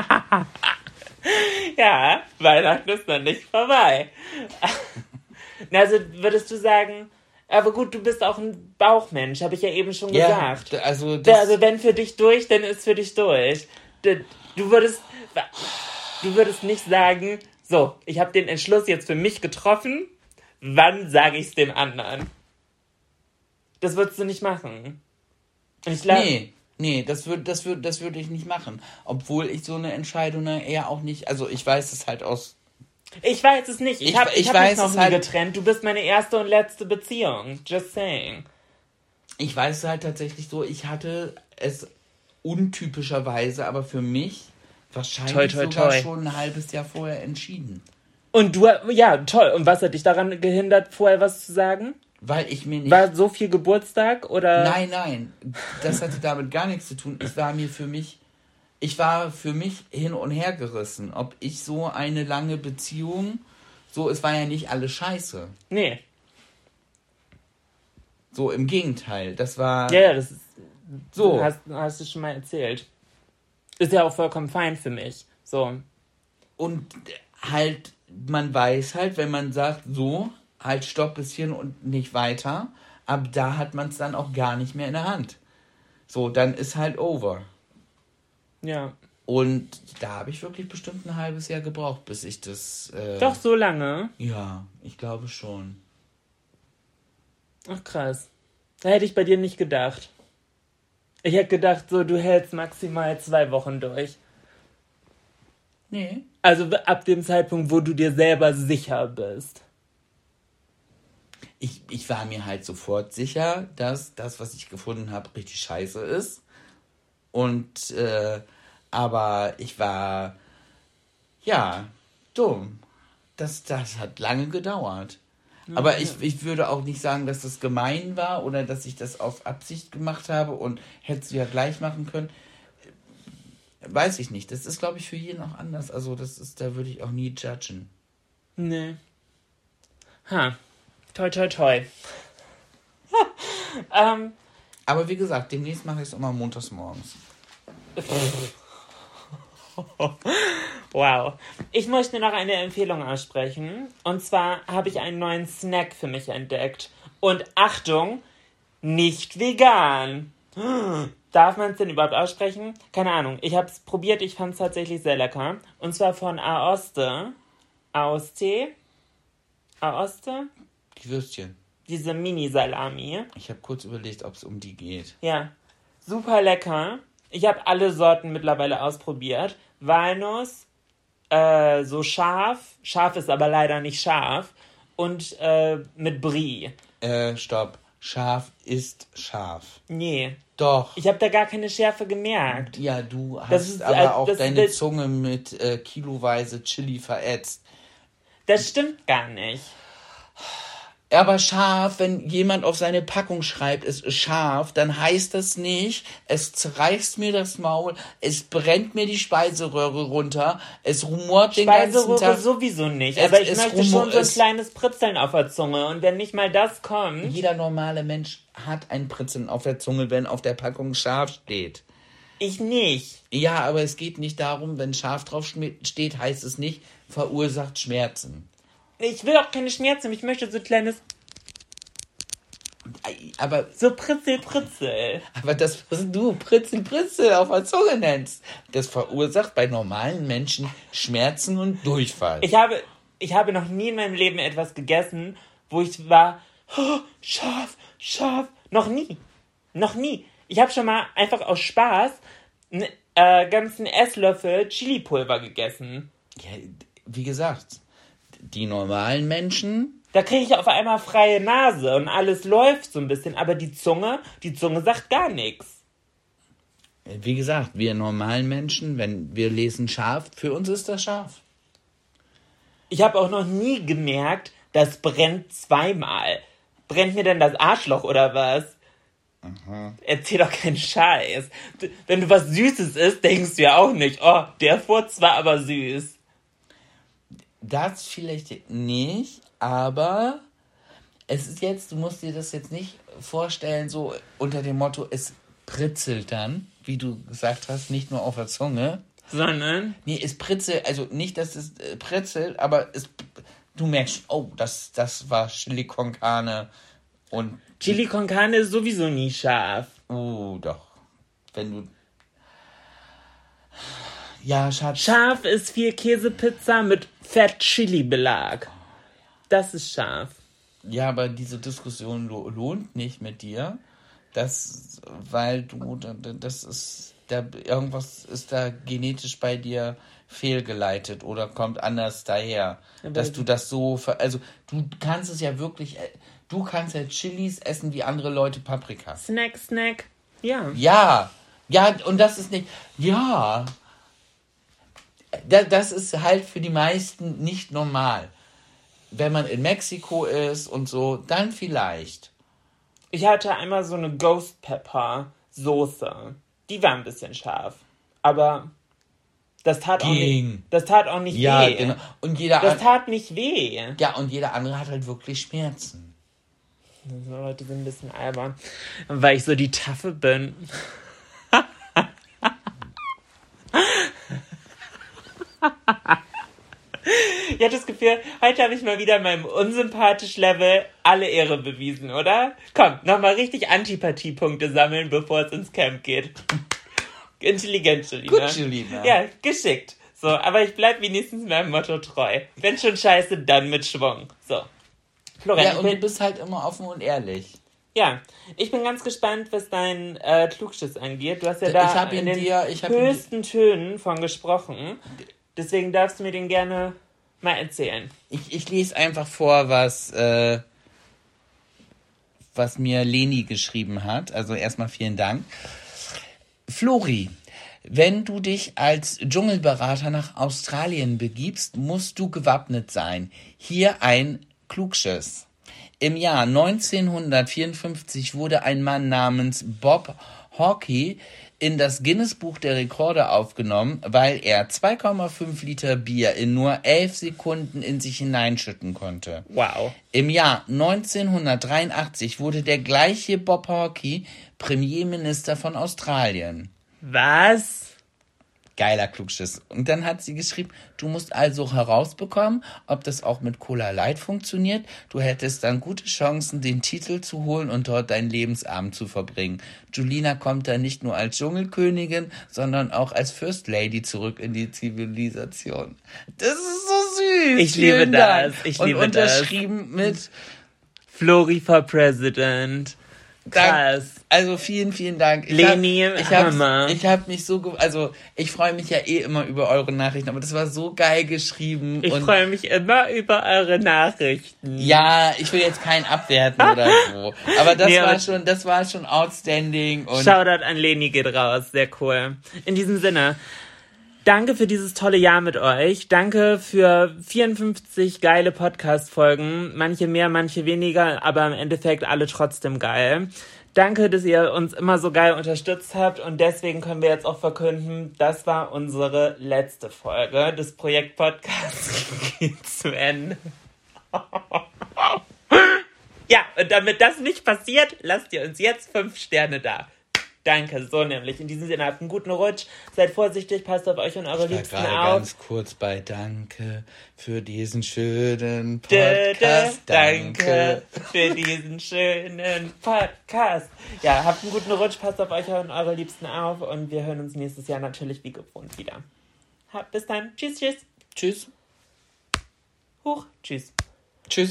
ja, Weihnachten ist noch nicht vorbei. Na, also würdest du sagen, aber gut, du bist auch ein Bauchmensch, habe ich ja eben schon Ja, gesagt. d- also Da- das, Also wenn für dich durch, dann ist für dich durch. Du, du würdest, du würdest nicht sagen, so, ich habe den Entschluss jetzt für mich getroffen, wann sage ich es dem anderen? Das würdest du nicht machen. Und ich glaube, nee, nee, das würde das würd, das würd ich nicht machen. Obwohl ich so eine Entscheidung dann eher auch nicht, also ich weiß es halt aus, ich weiß es nicht. Ich Ich- habe ich ich hab mich weiß noch es nie halt- getrennt. Du bist meine erste und letzte Beziehung. Just saying. ich weiß es halt tatsächlich so, ich hatte es untypischerweise, aber für mich wahrscheinlich Toi, toi, sogar toi. schon ein halbes Jahr vorher entschieden. Und du, ja, toll. Und was hat dich daran gehindert, vorher was zu sagen? Weil ich mir nicht... War so viel Geburtstag oder? Nein, nein, das hatte damit gar nichts zu tun. Ich war mir für mich, ich war für mich hin und her gerissen, ob ich so eine lange Beziehung, so, es war ja nicht alles scheiße. Nee. So, im Gegenteil, das war Ja, ja, das ist, so. hast, hast du schon mal erzählt. Ist ja auch vollkommen fein für mich. So. Und halt, man weiß halt, wenn man sagt, so, halt stopp bis hierhin und nicht weiter, ab da hat man es dann auch gar nicht mehr in der Hand. So, dann ist halt over. Ja. Und da habe ich wirklich bestimmt ein halbes Jahr gebraucht, bis ich das... Äh, Doch so lange? Ja, ich glaube schon. Ach krass. Da hätte ich bei dir nicht gedacht. Ich hätte gedacht, so du hältst maximal zwei Wochen durch. Nee. Also ab dem Zeitpunkt, wo du dir selber sicher bist. Ich, ich war mir halt sofort sicher, dass das, was ich gefunden habe, richtig scheiße ist. Und, äh, aber ich war Ja, dumm. Das, das hat lange gedauert. Aber ich, ich würde auch nicht sagen, dass das gemein war oder dass ich das auf Absicht gemacht habe und hättest du ja gleich machen können. Weiß ich nicht. Das ist, glaube ich, für jeden auch anders. Also das ist, da würde ich auch nie judgen. Nee. Ha. Toi, toi, toi. ähm, Aber wie gesagt, demnächst mache ich es immer montags morgens. Wow. Ich möchte noch eine Empfehlung aussprechen. Und zwar habe ich einen neuen Snack für mich entdeckt. Und Achtung, nicht vegan. Darf man es denn überhaupt aussprechen? Keine Ahnung. Ich habe es probiert, ich fand es tatsächlich sehr lecker. Und zwar von Aoste. Aoste? Aoste? Die Würstchen. Diese Mini-Salami. Ich habe kurz überlegt, ob es um die geht. Ja, super lecker. Ich habe alle Sorten mittlerweile ausprobiert. Walnuss, äh, so scharf. Scharf ist aber leider nicht scharf. Und äh, mit Brie. Äh, stopp. Scharf ist scharf. Nee. Doch. Ich habe da gar keine Schärfe gemerkt. Ja, du hast Das ist, aber äh, auch das- deine das- Zunge mit äh, kiloweise Chili verätzt. Das stimmt gar nicht. Aber scharf, wenn jemand auf seine Packung schreibt, es ist scharf, dann heißt das nicht, es zerreißt mir das Maul, es brennt mir die Speiseröhre runter, es rumort den ganzen Speiseröhre Tag. sowieso nicht. Es- aber ich es möchte rumo- schon so ein es- kleines Pritzeln auf der Zunge. Und wenn nicht mal das kommt... Jeder normale Mensch hat ein Pritzeln auf der Zunge, wenn auf der Packung scharf steht. Ich nicht. Ja, aber es geht nicht darum, wenn scharf drauf schme- steht, heißt es nicht, verursacht Schmerzen. Ich will auch keine Schmerzen. Ich möchte so ein kleines... Aber, So Pritzel, Pritzel. aber das, was du Pritzel, Pritzel auf der Zunge nennst, das verursacht bei normalen Menschen Schmerzen und Durchfall. Ich habe, ich habe noch nie in meinem Leben etwas gegessen, wo ich war, oh, scharf, scharf. Noch nie. Noch nie. Ich habe schon mal einfach aus Spaß einen äh, ganzen Esslöffel Chilipulver gegessen. Ja, wie gesagt, die normalen Menschen, Da kriege ich auf einmal freie Nase und alles läuft so ein bisschen, aber die Zunge, die Zunge sagt gar nichts. wie gesagt, wir normalen Menschen, wenn wir lesen scharf, für uns ist das scharf. Ich habe auch noch nie gemerkt, das brennt zweimal. Brennt mir denn das Arschloch oder was? Aha. Erzähl doch keinen Scheiß. Du, wenn du was Süßes isst, denkst du ja auch nicht, oh, der Furz war aber süß. Das vielleicht nicht, aber es ist jetzt, du musst dir das jetzt nicht vorstellen, so unter dem Motto, es pritzelt dann, wie du gesagt hast, nicht nur auf der Zunge. Sondern, Nee, es pritzelt, also nicht, dass es äh, pritzelt, aber es, du merkst, oh, das, das war Chili con Carne und, Chili con Carne ist sowieso nie scharf. oh, doch, wenn du, ja, Schatz, Scharf ist viel Käsepizza mit Fett-Chili-Belag. Das ist scharf. ja, aber diese Diskussion lo- lohnt nicht mit dir, das, weil du, das ist, da, irgendwas ist da genetisch bei dir fehlgeleitet oder kommt anders daher, Aber dass du das so, ver- also du kannst es ja wirklich, äh, du kannst ja Chilis essen wie andere Leute Paprika. Snack, Snack. Ja. Ja, ja, und das ist nicht, ja, da, das ist halt für die meisten nicht normal. Wenn man in Mexiko ist und so, dann vielleicht. Ich hatte einmal so eine Ghost Pepper Soße. Die war ein bisschen scharf. Aber das tat auch Ging. nicht, das tat auch nicht Ja, weh. genau. Und jeder, Das an- tat nicht weh. ja, und jeder andere hat halt wirklich Schmerzen. Die Leute sind ein bisschen albern. Weil ich so die Taffe bin. Ich hatte das Gefühl, heute habe ich mal wieder meinem unsympathisch Level alle Ehre bewiesen, oder? Komm, nochmal richtig Antipathiepunkte sammeln, bevor es ins Camp geht. Intelligent, Julina. Gut, Julina. Ja, geschickt. So, aber ich bleib wenigstens meinem Motto treu. Wenn schon scheiße, dann mit Schwung. So. Florian, Ja, ich und bin, du bist halt immer offen und ehrlich. ja, ich bin ganz gespannt, was dein äh, Klugschiss angeht. Du hast ja Ich da hab ihn in den dir- ich hab ihn- höchsten Tönen von gesprochen. Deswegen darfst du mir den gerne mal erzählen. Ich, ich lese einfach vor, was, äh, was mir Leni geschrieben hat. Also erstmal vielen Dank. Flori, Wenn du dich als Dschungelberater nach Australien begibst, musst du gewappnet sein. Hier ein Klugschiss. Im Jahr neunzehnhundertvierundfünfzig wurde ein Mann namens Bob Hawke in das Guinness-Buch der Rekorde aufgenommen, weil er zwei Komma fünf Liter Bier in nur elf Sekunden in sich hineinschütten konnte. Wow. Im Jahr neunzehnhundertdreiundachtzig wurde der gleiche Bob Hawke Premierminister von Australien. Was? Geiler Klugschiss. Und dann hat sie geschrieben, du musst also herausbekommen, ob das auch mit Cola Light funktioniert. Du hättest dann gute Chancen, den Titel zu holen und dort deinen Lebensabend zu verbringen. Julina kommt dann nicht nur als Dschungelkönigin, sondern auch als First Lady zurück in die Zivilisation. Das ist so süß. Ich liebe Vielen das. Dank. Ich und liebe unterschrieben das. mit Flori for President. Krass. Also vielen, vielen Dank. Ich Leni, hab, ich Hammer. hab, ich habe mich so, ge- also ich freue mich ja eh immer über eure Nachrichten, aber das war so geil geschrieben. Ich und freue mich immer über eure Nachrichten. ja, ich will jetzt keinen abwerten oder so, aber das Nee, war aber- schon, das war schon outstanding und Shoutout an Leni geht raus. Sehr cool. In diesem Sinne, danke für dieses tolle Jahr mit euch. Danke für vierundfünfzig geile Podcast-Folgen. Manche mehr, manche weniger, aber im Endeffekt alle trotzdem geil. Danke, dass ihr uns immer so geil unterstützt habt und deswegen können wir jetzt auch verkünden, das war unsere letzte Folge des Projekt-Podcasts. Geht zu Ende. Ja, und damit das nicht passiert, lasst ihr uns jetzt fünf Sterne da. Danke, so nämlich. In diesem Sinne, habt einen guten Rutsch. Seid vorsichtig, passt auf euch und eure ich war Liebsten gerade auf. ganz kurz bei Danke für diesen schönen Dö, dö, Podcast. Danke für diesen schönen Podcast. Ja, habt einen guten Rutsch, passt auf euch und eure Liebsten auf und wir hören uns nächstes Jahr natürlich wie gewohnt wieder. Habt bis dann. Tschüss, tschüss. Tschüss. Huch, tschüss. Tschüss.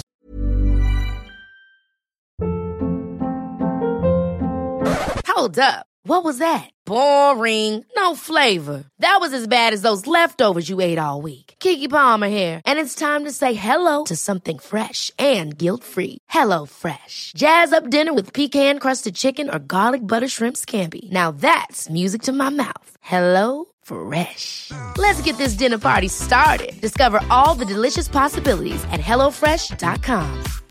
Hold up. What was that? Boring. No flavor. That was as bad as those leftovers you ate all week. Keke Palmer here. And it's time to say hello to something fresh and guilt-free. Hello Fresh. Jazz up dinner with pecan-crusted chicken or garlic butter shrimp scampi. Now that's music to my mouth. Hello Fresh. Let's get this dinner party started. Discover all the delicious possibilities at hello fresh dot com.